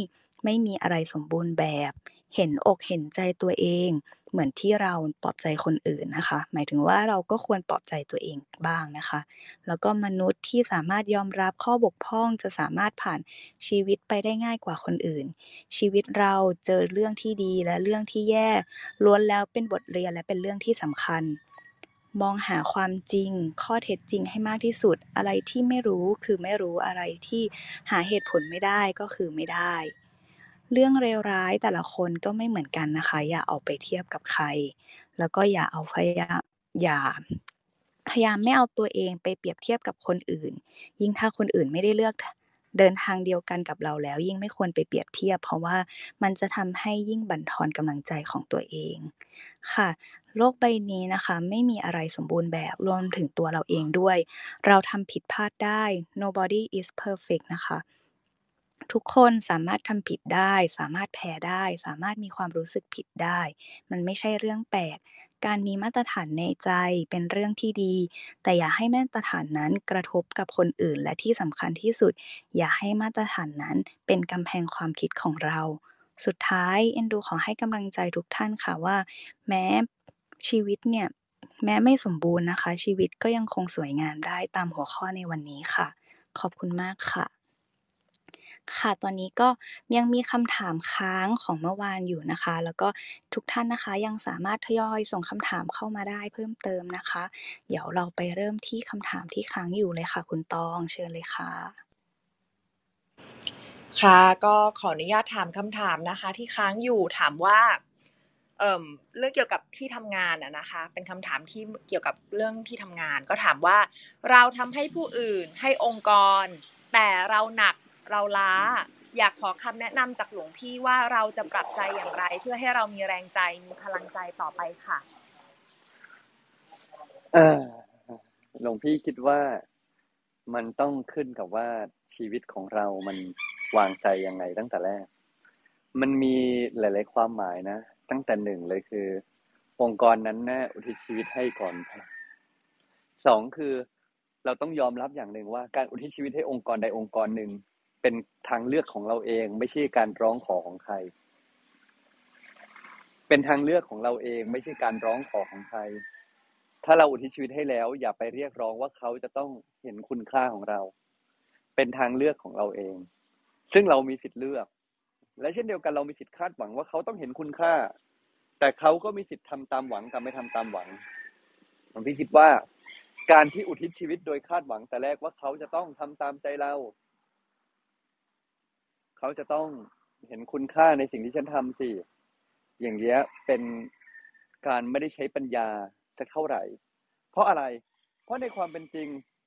ไม่มีอะไรสมบูรณ์แบบ เห็นอกเห็นใจตัวเองเหมือนที่เราปลอบใจคนอื่นนะคะหมายถึงว่าเราก็ควรปลอบใจตัวเองบ้างนะคะแล้วก็มนุษย์ที่สามารถยอมรับข้อบกพร่องจะสามารถผ่านชีวิตไปได้ง่ายกว่าคนอื่นชีวิตเราเจอเรื่องที่ดีและเรื่องที่แย่ล้วนแล้วเป็นบทเรียนและเป็นเรื่องที่สำคัญมองหาความจริงข้อเท็จจริงให้มากที่สุดอะไรที่ไม่รู้คือไม่รู้อะไรที่หาเหตุผลไม่ได้ก็คือไม่ได้เรื่องเลวร้ายแต่ละคนก็ไม่เหมือนกันนะคะอย่าเอาไปเทียบกับใครแล้วก็อย่าพยายามไม่เอาตัวเองไปเปรียบเทียบกับคนอื่นยิ่งถ้าคนอื่นไม่ได้เลือกเดินทางเดียวกันกับเราแล้วยิ่งไม่ควรไปเปรียบเทียบเพราะว่ามันจะทำให้ยิ่งบั่นทอนกำลังใจของตัวเองค่ะโลกใบนี้นะคะไม่มีอะไรสมบูรณ์แบบรวมถึงตัวเราเองด้วยเราทำผิดพลาดได้ nobody is perfect นะคะทุกคนสามารถทำผิดได้สามารถแพ้ได้สามารถมีความรู้สึกผิดได้มันไม่ใช่เรื่องแปลกการมีมาตรฐานในใจเป็นเรื่องที่ดีแต่อย่าให้มาตรฐานนั้นกระทบกับคนอื่นและที่สำคัญที่สุดอย่าให้มาตรฐานนั้นเป็นกำแพงความคิดของเราสุดท้ายเอ็นดูขอให้กำลังใจทุกท่านค่ะว่าแม้ชีวิตเนี่ยแม้ไม่สมบูรณ์นะคะชีวิตก็ยังคงสวยงามได้ตามหัวข้อในวันนี้ค่ะขอบคุณมากค่ะค่ะตอนนี้ก็ยังมีคำถามค้างของเมื่อวานอยู่นะคะแล้วก็ทุกท่านนะคะยังสามารถทยอยส่งคำถามเข้ามาได้เพิ่มเติมนะคะเดี๋ยวเราไปเริ่มที่คำถามที่ค้างอยู่เลยค่ะคุณตองเชิญเลยค่ะค่ะก็ขออนุญาตถามคำถามนะคะที่ค้างอยู่ถามว่าเรื่องเกี่ยวกับที่ทำงานอะนะคะเป็นคำถามที่เกี่ยวกับเรื่องที่ทำงานก็ถามว่าเราทำให้ผู้อื่นให้องค์กรแต่เราหนักเราล้าอยากขอคำแนะนำจากหลวงพี่ว่าเราจะปรับใจอย่างไรเพื่อให้เรามีแรงใจมีพลังใจต่อไปค่ะหลวงพี่คิดว่ามันต้องขึ้นกับว่าชีวิตของเรามันวางใจยังไงตั้งแต่แรกมันมีหลายๆความหมายนะตั้งแต่หนึ่งเลยคือองค์กรนั้นน่ะอุทิศชีวิตให้ก่อนสองคือเราต้องยอมรับอย่างหนึ่งว่าการอุทิศชีวิตให้องค์กรใดองค์กรหนึ่งเป็นทางเลือกของเราเองไม่ใช่การร้องขอของใครเป็นทางเลือกของเราเองไม่ใช่การร้องขอของใครถ้าเราอุทิศชีวิตให้แล้วอย่าไปเรียกร้องว่าเขาจะต้องเห็นคุณค่าของเราเป็นทางเลือกของเราเองซึ่งเรามีสิทธิ์เลือกและเช่นเดียวกันเรามีสิทธิ์คาดหวังว่าเขาต้องเห็นคุณค่าแต่เขาก็มีสิทธิ์ทำตามหวังกับไม่ทำตามหวังผมพี่คิดว่าการที่อุทิศชีวิตโดยคาดหวังแต่แรกว่าเขาจะต้องทำตามใจเราเขาจะต้องเห็นคุณค่าในสิ่งที่ฉันทำสิอย่างเงี้ยเป็นการไม่ได้ใช้ปัญญาสักเท่าไหร่เพราะอะไรเพราะในความเป็นจริง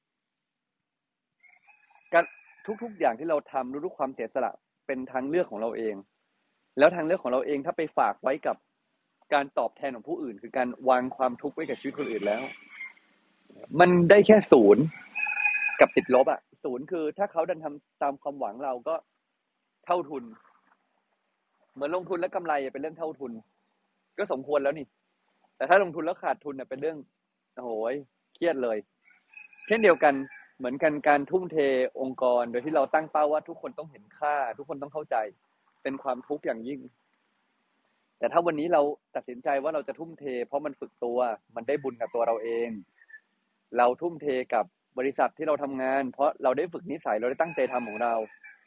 การทุกๆอย่างที่เราทำทุกๆความเสียสละเป็นทางเลือกของเราเองแล้วทางเลือกของเราเองถ้าไปฝากไว้กับการตอบแทนของผู้อื่นคือการวางความทุกข์ไว้กับชีวิตคนอื่นแล้วมันได้แค่ศูนย์กับติดลบอ่ะศูนย์คือถ้าเขาดันทำตามความหวังเราก็เท่าทุนเหมือนลงทุนแล้วกำไรเป็นเรื่องเท่าทุนก็สมควรแล้วนี่แต่ถ้าลงทุนแล้วขาดทุนเป็นเรื่องโอ้โหเครียดเลยเช่นเดียวกันเหมือนกันการทุ่มเทองค์กรโดยที่เราตั้งเป้าว่าทุกคนต้องเห็นค่าทุกคนต้องเข้าใจเป็นความทุกข์อย่างยิ่งแต่ถ้าวันนี้เราตัดสินใจว่าเราจะทุ่มเทเพราะมันฝึกตัวมันได้บุญกับตัวเราเองเราทุ่มเทกับบริษัทที่เราทำงานเพราะเราได้ฝึกนิสัยเราได้ตั้งใจทำของเรา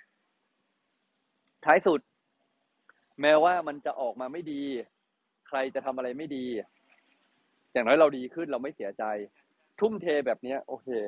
ท้ายสุดแม้ว่ามันจะออกมาไม่ดีใครจะทำอะไรไม่ดีอย่างน้อยเราดีขึ้นเราไม่เสียใจทุ่มเทแบบนี้โอเค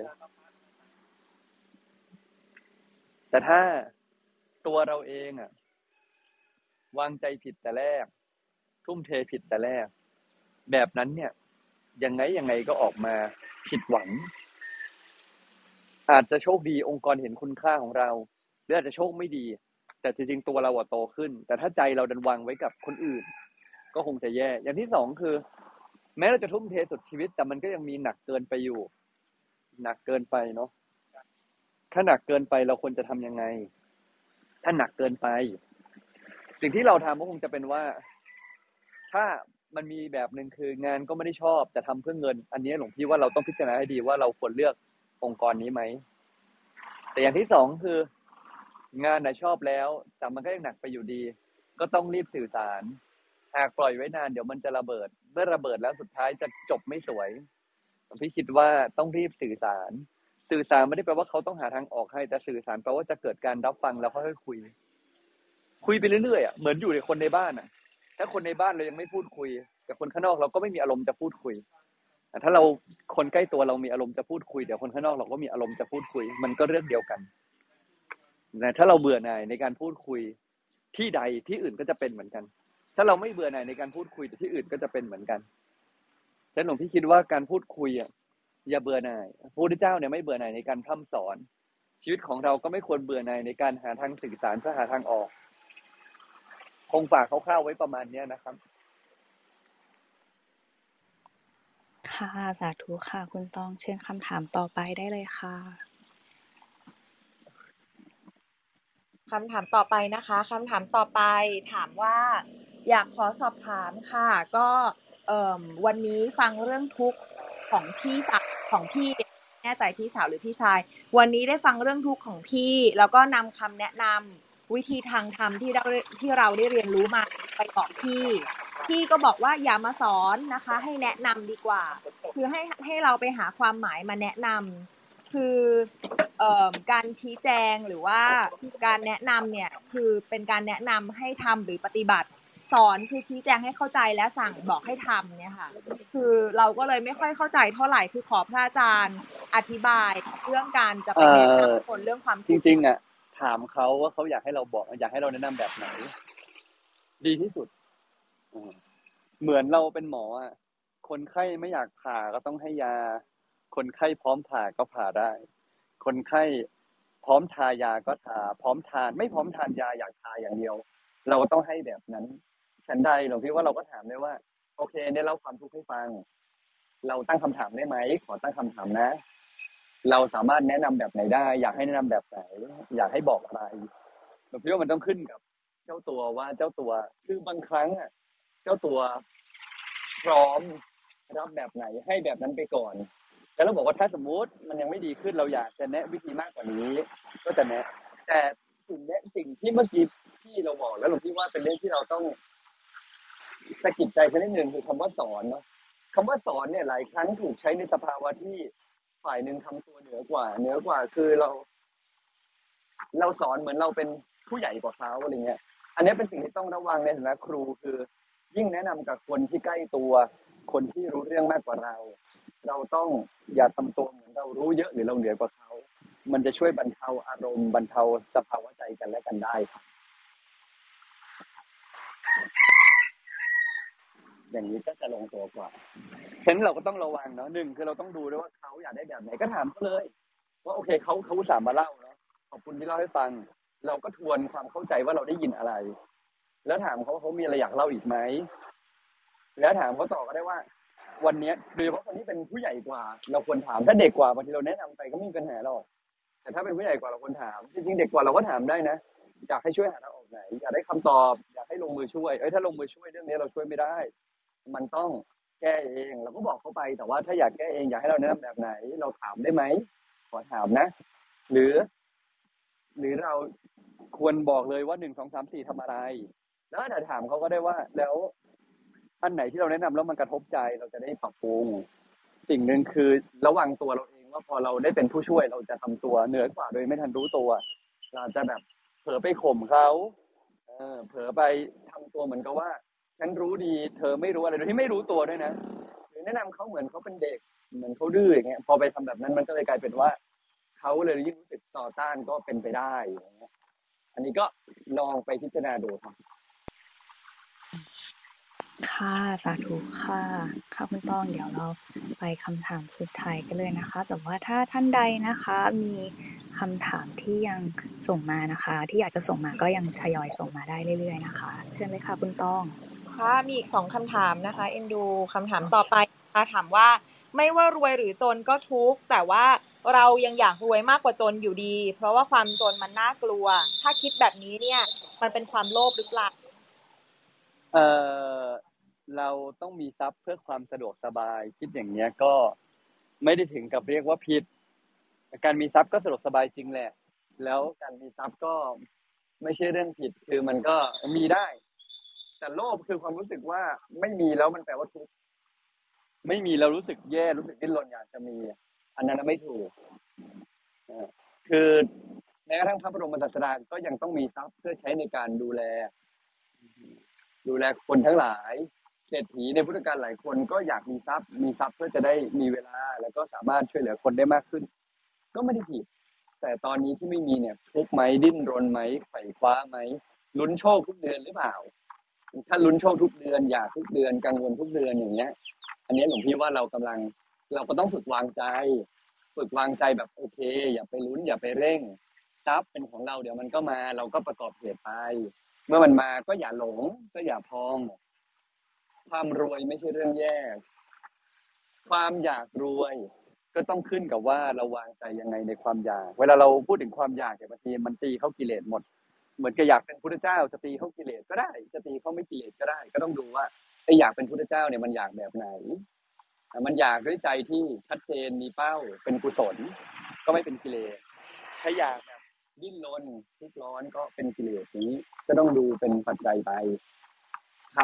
แต่ถ้าตัวเราเองอะวางใจผิดแต่แรกทุ่มเทผิดแต่แรกแบบนั้นเนี่ยยังไงก็ออกมาผิดหวังอาจจะโชคดีองค์กรเห็นคุณค่าของเราหรืออาจจะโชคไม่ดีแต่จริงๆตัวเราโตขึ้นแต่ถ้าใจเราดันวางไว้กับคนอื่นก็คงจะแย่อย่างที่สองคือแม้เราจะทุ่มเทสุดชีวิตแต่มันก็ยังมีหนักเกินไปอยู่หนักเกินไปเนาะถ้าหนักเกินไปเราควรจะทำยังไงถ้าหนักเกินไปสิ่งที่เราทำก็คงจะเป็นว่าถ้ามันมีแบบหนึ่งคืองานก็ไม่ได้ชอบแต่ทำเพื่อเงินอันนี้หลวงพี่ว่าเราต้องพิจารณาให้ดีว่าเราควรเลือกองค์กรนี้ไหมแต่อย่างที่สองคืองานชอบแล้วแต่มันก็ยังหนักไปอยู่ดีก็ต้องรีบสื่อสารหากปล่อยไว้นานเดี๋ยวมันจะระเบิดเมื่อระเบิดแล้วสุดท้ายจะจบไม่สวยพี่คิดว่าต้องรีบสื่อสารไม่ได้แปลว่าเขาต้องหาทางออกให้แต่สื่อสารแปลว่าจะเกิดการรับฟังแล้วค่อยๆคุยไปเรื่อยๆเหมือนอยู่ในคนในบ้านถ้าคนในบ้านเรายังไม่พูดคุยกับคนข้างนอกเราก็ไม่มีอารมณ์จะพูดคุยถ้าเราคนใกล้ตัวเรามีอารมณ์จะพูดคุยเดี๋ยวคนข้างนอกเราก็มีอารมณ์จะพูดคุยมันก็เรื่องเดียวกันถ้าเราเบื่อหน่ายในการพูดคุยที่ใดที่อื่นก็จะเป็นเหมือนกันถ้าเราไม่เบื่อหน่ายในการพูดคุยแต่ที่อื่นก็จะเป็นเหมือนกันฉะนั้นหลวงพี่คิดว่าการพูดคุยอย่าเบื่อหน่ายพระพุทธเจ้าเนี่ยไม่เบื่อหน่ายในการพร่ำสอนชีวิตของเราก็ไม่ควรเบื่อหน่ายในการหาทางสื่อสารเพื่อหาทางออกคงฝากคร่าวๆไว้ประมาณนี้นะครับค่ะสาธุค่ะคุณตองเชิญคำถามต่อไปได้เลยค่ะคำถามต่อไปนะคะคำถามต่อไปถามว่าอยากขอสอบถามค่ะก็วันนี้ฟังเรื่องทุกข์ของพี่สาวของพี่แน่ใจพี่สาวหรือพี่ชายวันนี้ได้ฟังเรื่องทุกข์ของพี่แล้วก็นำคำแนะนำวิธีทางธรรมที่เราได้เรียนรู้มาไปบอกพี่ก็บอกว่าอย่ามาสอนนะคะให้แนะนำดีกว่าคือให้เราไปหาความหมายมาแนะนำคือการชี้แจงหรือว่าการแนะนำเนี่ยคือเป็นการแนะนำให้ทำหรือปฏิบัติสอนคือชี้แจงให้เข้าใจและสั่งบอกให้ทำเนี่ยค่ะคือเราก็เลยไม่ค่อยเข้าใจเท่าไหร่คือขอพระอาจารย์อธิบายเรื่องการจะไปแนะนำคนเรื่องความจริงๆถามเขาว่าเขาอยากให้เราบอกอยากให้เราแนะนำแบบไหนดีที่สุดเหมือนเราเป็นหมอคนไข้ไม่อยากผ่าก็ต้องให้ยาคนไข้พร้อมผ่าก็ผ่าได้คนไข้พร้อมทายาก็ทาพร้อมทานไม่พร้อมทานยาอยากทาอย่างเดียวเราก็ต้องให้แบบนั้นฉันใดหลวงพี่ว่าเราก็ถามได้ว่าโอเคเนี่ยเล่าความทุกข์ให้ฟังเราตั้งคำถามได้ไหมขอตั้งคำถามนะเราสามารถแนะนำแบบไหนได้อยากให้แนะนำแบบไหนอยากให้บอกอะไรหลวงพี่ว่ามันต้องขึ้นกับเจ้าตัวว่าเจ้าตัวคือบางครั้งเจ้าตัวพร้อมรับแบบไหนให้แบบนั้นไปก่อนแล้วเราบอกว่าถ้าสมมุติมันยังไม่ดีขึ้นเราอยากจะแนะวิธีมากกว่านี้ก็จะแนะแต่สิ่งที่เมื่อกี้ที่เราบอกแล้วหลวงพี่ว่าเป็นเรื่องที่เราต้องสะกิดใจกันนิดนึงคือคำว่าสอนเนาะคำว่าสอนเนี่ยหลายครั้งถูกใช้ในสภาวะที่ฝ่ายหนึ่งทำตัวเหนือกว่าคือเราสอนเหมือนเราเป็นผู้ใหญ่กว่าเขาอะไรเงี้ยอันนี้เป็นสิ่งที่ต้องระวังในฐานะครูคือยิ่งแนะนำกับคนที่ใกล้ตัวคนที่รู้เรื่องมากกว่าเราต้องอย่าทำตัวเหมือนเรารู้เยอะหรือเราเหนือกว่าเขามันจะช่วยบรรเทาอารมณ์บรรเทาสภาวะใจกันและกันได้ครับอย่างนี้ก็จะลงตัวกว่าฉะนั้นเราก็ต้องระวังเนาะหนึ่งคือเราต้องดูด้วยว่าเขาอยากได้แบบไหนก็ถามเขาเลยว่าโอเคเขาอุตส่าห์มาเล่าเนาะขอบคุณที่เล่าให้ฟังเราก็ทวนความเข้าใจว่าเราได้ยินอะไรแล้วถามเขาว่าเขามีอะไรอยากเล่าอีกไหมแล้วถามเขาต่อก็ได้ว่าวันนี้โดยเฉพาะคนที่เป็นผู้ใหญ่กว่าเราควรถามถ้าเด็กกว่าบางทีเราแนะนำไปก็ไม่มีปัญหาหรอกแต่ถ้าเป็นผู้ใหญ่กว่าเราควรถามจริงๆเด็กกว่าเราก็ถามได้นะอยากให้ช่วยหาทางออกไหนอยากได้คำตอบอยากให้ลงมือช่วยถ้าลงมือช่วยเรื่องนี้เราช่วยไม่ได้มันต้องแก้เองเราก็บอกเขาไปแต่ว่าถ้าอยากแก้เองอยากให้เราแนะนำแบบไหนเราถามได้ไหมขอถามนะหรือเราควรบอกเลยว่า1 2 3 4ทำอะไรแล้วถ้าถามเขาก็ได้ว่าแล้วอันไหนที่เราแนะนำแล้วมันกระทบใจเราจะได้ปรับปรุงสิ่งหนึ่งคือระวังตัวเราเองว่าพอเราได้เป็นผู้ช่วยเราจะทำตัวเหนือกว่าโดยไม่ทันรู้ตัวเราจะแบบเผลอไปข่มเขาเผลอไปทำตัวเหมือนกับว่าฉันรู้ดีเธอไม่รู้อะไรโดยที่ไม่รู้ตัวด้วยนะหรือแนะนำเขาเหมือนเขาเป็นเด็กเหมือนเขาดื้ออย่างเงี้ยพอไปทำแบบนั้นมันก็เลยกลายเป็นว่าเขาเลยยิ่งรู้สึกต่อต้านก็เป็นไปได้อย่างเงี้ยอันนี้ก็ลองไปพิจารณาดูครับค่ะสาธุค่ะค่ะคุณตองเดี๋ยวเราไปคำถามสุดท้ายกันเลยนะคะแต่ว่าถ้าท่านใดนะคะมีคำถามที่ยังส่งมานะคะที่อยากจะส่งมาก็ยังทยอยส่งมาได้เรื่อยๆนะคะเชิญเลยค่ะคุณตองค่ะมีอีก2คำถามนะคะเอ็นดูคำถามต่อไปนะคะถามว่าไม่ว่ารวยหรือจนก็ทุกข์แต่ว่าเรายังอยากรวยมากกว่าจนอยู่ดีเพราะว่าความจนมันน่ากลัวถ้าคิดแบบนี้เนี่ยมันเป็นความโลภหรือเปล่าเราต้องมีทรัพย์เพื่อความสะดวกสบายคิดอย่างเนี้ยก็ไม่ได้ถึงกับเรียกว่าผิดการมีทรัพย์ก็สะดวกสบายจริงแหละแล้วการมีทรัพย์ก็ไม่ใช่เรื่องผิดคือมันก็มีได้ แต่โลภคือความรู้สึกว่าไม่มีแล้วมันแปลว่าทุกข์ไม่มีแล้วรู้สึกแย่รู้สึกดิ้นรนอยากจะมี อันนั้นไม่ถูกคือแม้กระทั่งพระบรมศาสดาก็ยังต้องมีทรัพย์เพื่อใช้ในการดูแลคนทั้งหลายเศรษฐีในพุทธกาลหลายคนก็อยากมีทรัพย์เพื่อจะได้มีเวลาแล้วก็สามารถช่วยเหลือคนได้มากขึ้นก็ไม่ได้ผิดแต่ตอนนี้ที่ไม่มีเนี่ยทุกข์ไหมดิ้นรนไหมไขว่คว้าไหมลุ้นโชคทุกเดือนหรือเปล่าถ้าลุ้นโชคทุกเดือนอยากทุกเดือนกังวลทุกเดือนอย่างเงี้ยอันนี้หลวงพี่ว่าเราก็ต้องฝึกวางใจแบบโอเคอย่าไปลุ้นอย่าไปเร่งทรัพย์เป็นของเราเดี๋ยวมันก็มาเราก็ประกอบเหตุไปเมื่อมันมาก็อย่าหลงก็อย่าพองความรวยไม่ใช่เรื่องแย่ความอยากรวยก็ต้องขึ้นกับว่าเราวางใจยังไงในความอยากเวลาเราพูดถึงความอยากเนี่ยบางทีมันตีเข้ากิเลสหมดเหมือนกับอยากเป็นพุทธเจ้าจะตีเข้ากิเลสก็ได้จะตีเข้าไม่กิเลสก็ได้ก็ต้องดูว่าไอ้อยากเป็นพุทธเจ้าเนี่ยมันอยากแบบไหนมันอยากด้วยใจที่ชัดเจนมีเป้าเป็นกุศลก็ไม่เป็นกิเลสถ้าอยากแบบดิ้นรนทุกข์ร้อนก็เป็นกิเลสนี้ก็ต้องดูเป็นปัจจัยไปครับ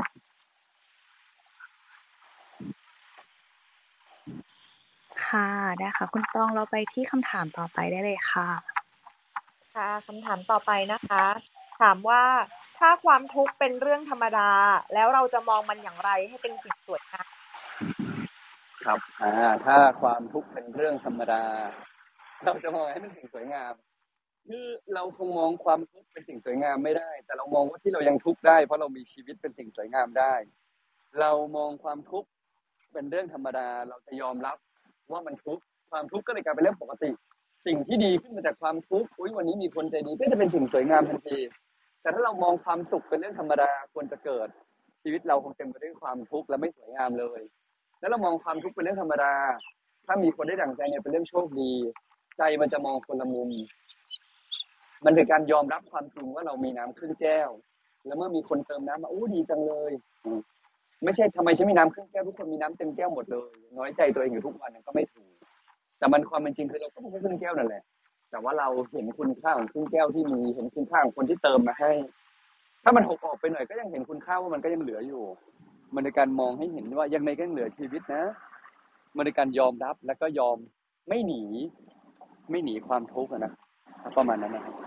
ค่ะได้ค่ะคุณต้องเราไปที่คำถามต่อไปได้เลยค่ะค่ะคำถามต่อไปนะคะ ถามว่าถ้าความทุกข์เป็นเรื่องธรรมดาแล้วเราจะมองมันอย่างไรให้เป็นสิ่งสวยงามครับถ้าความทุกข์เป็นเรื่องธรรมดาเราจะมองให้เป็นสิ่งสวยงามคือเราคงมองความทุกข์เป็นสิ่งสวยงามไม่ได้แต่เรามองว่าที่เรายังทุกข์ได้เพราะเรามีชีวิตเป็นสิ่งสวยงามได้เรามองความทุกข์เป็นเรื่องธรรมดาเราจะยอมรับว่ามันทุกข์ความทุกข์ก็เลยกลายเป็นเรื่องปกติสิ่งที่ดีขึ้นมาจากความทุกข์วันนี้มีคนใจดีก็จะเป็นสิ่งสวยงามทันทีแต่ถ้าเรามองความสุขเป็นเรื่องธรรมดาควรจะเกิดชีวิตเราคงเต็มไปด้วยความทุกข์และไม่สวยงามเลยแล้วเรามองความทุกข์เป็นเรื่องธรรมดาถ้ามีคนได้ดั่งใจเนี่ยเป็นเรื่องโชคดีใจมันจะมองคนละมุมมันเป็นการยอมรับความจริงว่าเรามีน้ำครึ่งแก้วแล้วเมื่อมีคนเติมน้ำมาดีจังเลยไม่ใช่ทำไมฉันมีน้ำครึ่งแก้วทุกคนมีน้ำเต็มแก้วหมดเลยน้อยใจตัวเองอยู่ทุกวันก็ไม่ถูกแต่มันความเป็นจริงคือเราก็มีแค่ครึ่งแก้วนั่นแหละแต่ว่าเราเห็นคุณค่าของครึ่งแก้วที่มีเห็นคุณค่าของคนที่เติมมาให้ถ้ามันหกออกไปหน่อยก็ยังเห็นคุณค่าว่ามันก็ยังเหลืออยู่มันในการมองให้เห็นว่ายังไงก็ยังเหลือชีวิตนะมันในการยอมรับแล้วก็ยอมไม่หนีความทุกข์นะประมาณนั้นนะครับ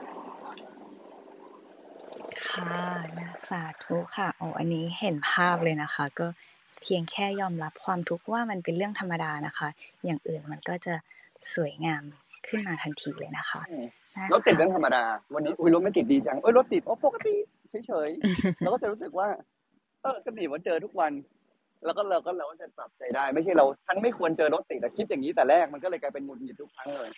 ค่ะสาธุค่ะอันนี้เห็นภาพเลยนะคะก็เพียงแค่ยอมรับความทุกข์ว่ามันเป็นเรื่องธรรมดานะคะอย่างอื่นมันก็จะสวยงามขึ้นมาทันทีเลยนะคะรถติดเรื่องธรรมดาวันนี้รถไม่ติดดีจังรถติดปกติเฉยๆเราก็จะรู้สึกว่าก็ดีว่าเจอทุกวันแล้วก็เราก็จะปรับใจได้ไม่ใช่ฉันไม่ควรเจอรถติดแต่คิดอย่างนี้แต่แรกมันก็เลยกลายเป็นหงุดหงิดทุกครั้งเลย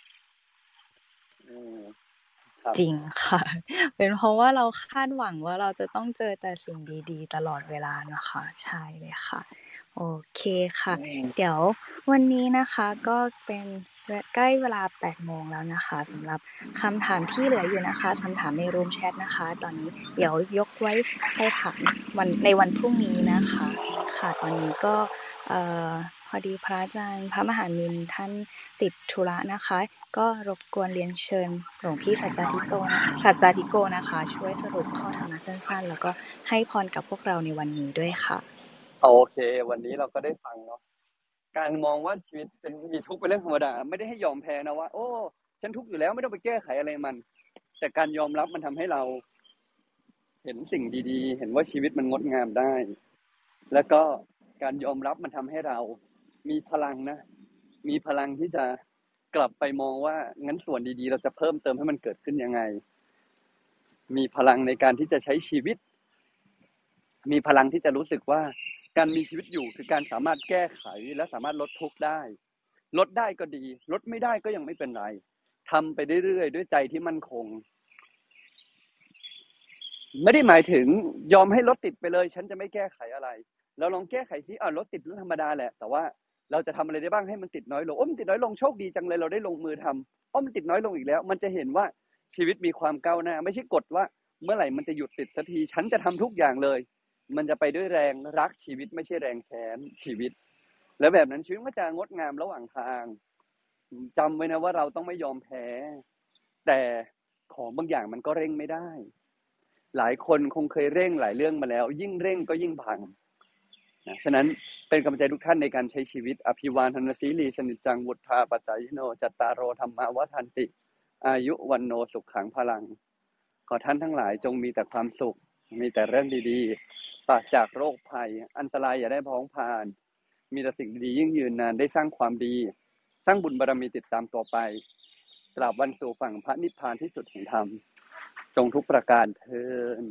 จริงค่ะเป็นเพราะว่าเราคาดหวังว่าเราจะต้องเจอแต่สิ่งดีๆตลอดเวลานะคะใช่เลยค่ะโอเคค่ะเดี๋ยววันนี้นะคะก็เป็นใกล้เวลา 8 โมงแล้วนะคะสำหรับคำถามที่เหลืออยู่นะคะคำถามในรูมแชทนะคะตอนนี้เดี๋ยวยกไว้ไปถามในวันพรุ่งนี้นะคะค่ะตอนนี้ก็พอดีพระอาจารย์พระมหามินท่านติดธุระนะคะก็รบกวนเรียนเชิญหลวงพี่สัจจาธิโกนะคะช่วยสรุปข้อธรรมะสั้นๆแล้วก็ให้พรกับพวกเราในวันนี้ด้วยค่ะโอเควันนี้เราก็ได้ฟังเนาะการมองว่าชีวิตมีทุกข์เป็นเรื่องธรรมดาไม่ได้ให้ยอมแพ้นะว่าฉันทุกข์อยู่แล้วไม่ต้องไปแก้ไขอะไรมันแต่การยอมรับมันทำให้เราเห็นสิ่งดีๆเห็นว่าชีวิตมันงดงามได้แล้วก็การยอมรับมันทำให้เรามีพลังนะมีพลังที่จะกลับไปมองว่างั้นส่วนดีๆเราจะเพิ่มเติมให้มันเกิดขึ้นยังไงมีพลังในการที่จะใช้ชีวิตมีพลังที่จะรู้สึกว่าการมีชีวิตอยู่คือการสามารถแก้ไขและสามารถลดทุกข์ได้ลดได้ก็ดีลดไม่ได้ก็ยังไม่เป็นไรทำไปเรื่อยๆด้วยใจที่มั่นคงไม่ได้หมายถึงยอมให้รถติดไปเลยฉันจะไม่แก้ไขอะไรเราลองแก้ไขซิรถติดเรื่องธรรมดาแหละแต่ว่าเราจะทำอะไรได้บ้างให้มันติดน้อยลงมันติดน้อยลงโชคดีจังเลยเราได้ลงมือทำมันติดน้อยลงอีกแล้วมันจะเห็นว่าชีวิตมีความก้าวหน้าไม่ใช่กฎว่าเมื่อไหร่มันจะหยุดติดสักทีฉันจะทำทุกอย่างเลยมันจะไปด้วยแรงรักชีวิตไม่ใช่แรงแค้นชีวิตแล้วแบบนั้นชีวิตก็จะงดงามระหว่างทางจำไว้นะว่าเราต้องไม่ยอมแพ้แต่ของบางอย่างมันก็เร่งไม่ได้หลายคนคงเคยเร่งหลายเรื่องมาแล้วยิ่งเร่งก็ยิ่งพังนะฉะนั้นเป็นกำลังใจทุกท่านในการใช้ชีวิตอภิวาทนาสีลีสนิจจังวุฒาปัจจายโนจัตตารโอธรรมวัฏันติอายุวันโนสุขขังพลังขอท่านทั้งหลายจงมีแต่ความสุขมีแต่เรื่องดีๆปราศจากโรคภัยอันตรายอย่าได้พ้องผ่านมีแต่สิ่งดีๆยิ่งยืนนานได้สร้างความดีสร้างบุญบารมีติดตามตัวไปตราบวันสู่ฝั่งพระนิพพานที่สุดแห่งธรรมจงทุกประการเทิน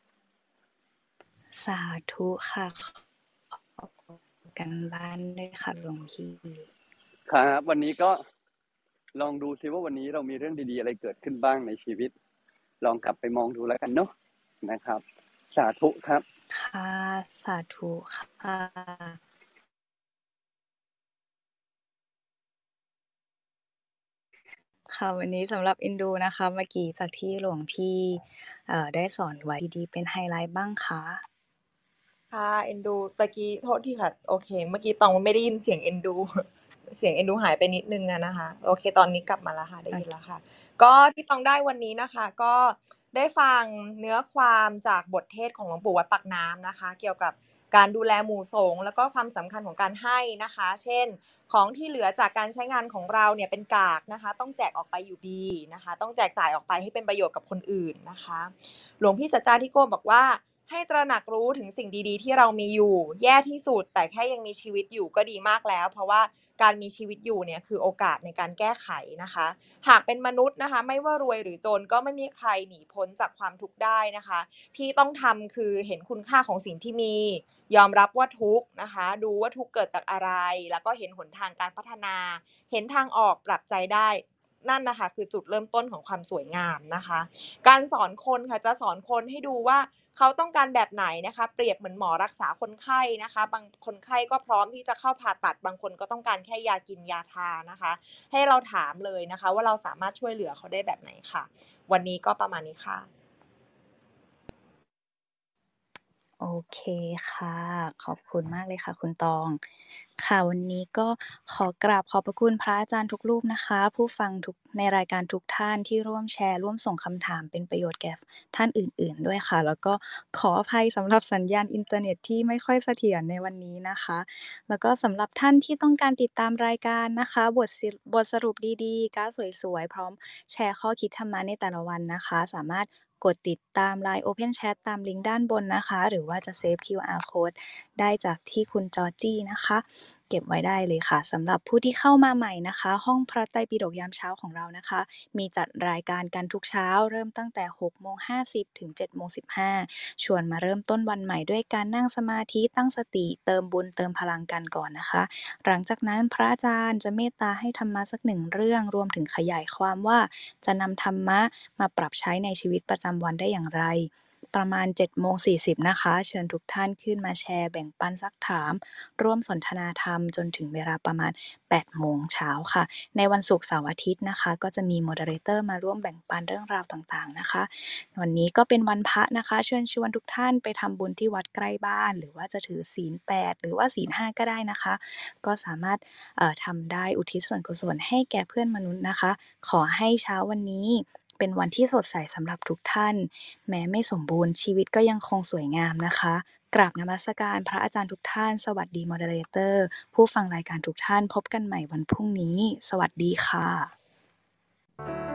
สาธุค่ะขอกันบ้านด้วยค่ะหลวงพี่ครับวันนี้ก็ลองดูซิว่าวันนี้เรามีเรื่องดีๆอะไรเกิดขึ้นบ้างในชีวิตลองกลับไปมองดูแล้วกันเนาะนะครับสาธุครับค่ะสาธุค่ะค่ะวันนี้สำหรับเอ็นดูนะคะเมื่อกี้จากที่หลวงพี่ได้สอนไว้ดีๆเป็นไฮไลท์บ้างคะค่ะเอ็นดูตะกี้โทษทีค่ะโอเคเมื่อกี้ตองไม่ได้ยินเสียงเอ็นดู เสียงเอ็นดูหายไปนิดนึงอะนะคะโอเคตอนนี้กลับมาแล้วค่ะได้ยินแล้วค่ะก็ที่ตองได้วันนี้นะคะก็ได้ฟังเนื้อความจากบทเทศของหลวงปู่วัดปากน้ำนะคะเกี่ยวกับการดูแลหมู่สงฆ์แล้วก็ความสำคัญของการให้นะคะเช่นของที่เหลือจากการใช้งานของเราเนี่ยเป็นกากนะคะต้องแจกออกไปอยู่ดีนะคะต้องแจกจ่ายออกไปให้เป็นประโยชน์กับคนอื่นนะคะหลวงพี่สัจจาธิโกบอกว่าให้ตระหนักรู้ถึงสิ่งดีๆที่เรามีอยู่แย่ที่สุดแต่แค่ยังมีชีวิตอยู่ก็ดีมากแล้วเพราะว่าการมีชีวิตอยู่เนี่ยคือโอกาสในการแก้ไขนะคะหากเป็นมนุษย์นะคะไม่ว่ารวยหรือจนก็ไม่มีใครหนีพ้นจากความทุกข์ได้นะคะที่ต้องทำคือเห็นคุณค่าของสิ่งที่มียอมรับว่าทุกข์นะคะดูว่าทุกข์เกิดจากอะไรแล้วก็เห็นหนทางการพัฒนาเห็นทางออกปรับใจได้นั่นนะคะคือจุดเริ่มต้นของความสวยงามนะคะการสอนคนค่ะจะสอนคนให้ดูว่าเขาต้องการแบบไหนนะคะเปรียบเหมือนหมอรักษาคนไข้นะคะบางคนไข้ก็พร้อมที่จะเข้าผ่าตัดบางคนก็ต้องการแค่ยากินยาทานะคะให้เราถามเลยนะคะว่าเราสามารถช่วยเหลือเขาได้แบบไหนค่ะวันนี้ก็ประมาณนี้ค่ะโอเคค่ะขอบคุณมากเลยค่ะคุณตองค่ะวันนี้ก็ขอกราบขอบพระคุณพระอาจารย์ทุกรูปนะคะผู้ฟังทุกในรายการทุกท่านที่ร่วมแชร์ร่วมส่งคำถามเป็นประโยชน์แก่ท่านอื่นๆด้วยค่ะแล้วก็ขออภัยสำหรับสัญญาณอินเทอร์เน็ตที่ไม่ค่อยเสถียรในวันนี้นะคะแล้วก็สำหรับท่านที่ต้องการติดตามรายการนะคะบทสรุปดีๆการ์ดสวยๆพร้อมแชร์ข้อคิดธรรมะในแต่ละวันนะคะสามารถกดติดตาม LINE Open Chat ตามลิงก์ด้านบนนะคะหรือว่าจะเซฟ QR Code ได้จากที่คุณจอร์จี้นะคะเก็บไว้ได้เลยค่ะสำหรับผู้ที่เข้ามาใหม่นะคะห้องพระไตรปิฎกยามเช้าของเรานะคะมีจัดรายการกันทุกเช้าเริ่มตั้งแต่ 6:50 ถึง 7:15 ชวนมาเริ่มต้นวันใหม่ด้วยการนั่งสมาธิตั้งสติเติมบุญเติมพลังกันก่อนนะคะหลังจากนั้นพระอาจารย์จะเมตตาให้ธรรมะสักหนึ่งเรื่องรวมถึงขยายความว่าจะนำธรรมะมาปรับใช้ในชีวิตประจำวันได้อย่างไรประมาณ 7:40 นะคะเชิญทุกท่านขึ้นมาแชร์แบ่งปันซักถามร่วมสนทนาธรรมจนถึงเวลาประมาณ 8 โมงเช้าค่ะในวันศุกร์เสาร์อาทิตย์นะคะก็จะมีโมเดเลเตอร์มาร่วมแบ่งปันเรื่องราวต่างๆนะคะวันนี้ก็เป็นวันพระนะคะเชิญชวนทุกท่านไปทำบุญที่วัดใกล้บ้านหรือว่าจะถือศีล 8หรือว่าศีล 5ก็ได้นะคะก็สามารถทำได้อุทิศส่วนกุศลให้แก่เพื่อนมนุษย์นะคะขอให้เช้าวันนี้เป็นวันที่สดใสสำหรับทุกท่านแม้ไม่สมบูรณ์ชีวิตก็ยังคงสวยงามนะคะกราบนมัสการพระอาจารย์ทุกท่านสวัสดีโมเดเลเตอร์ผู้ฟังรายการทุกท่านพบกันใหม่วันพรุ่งนี้สวัสดีค่ะ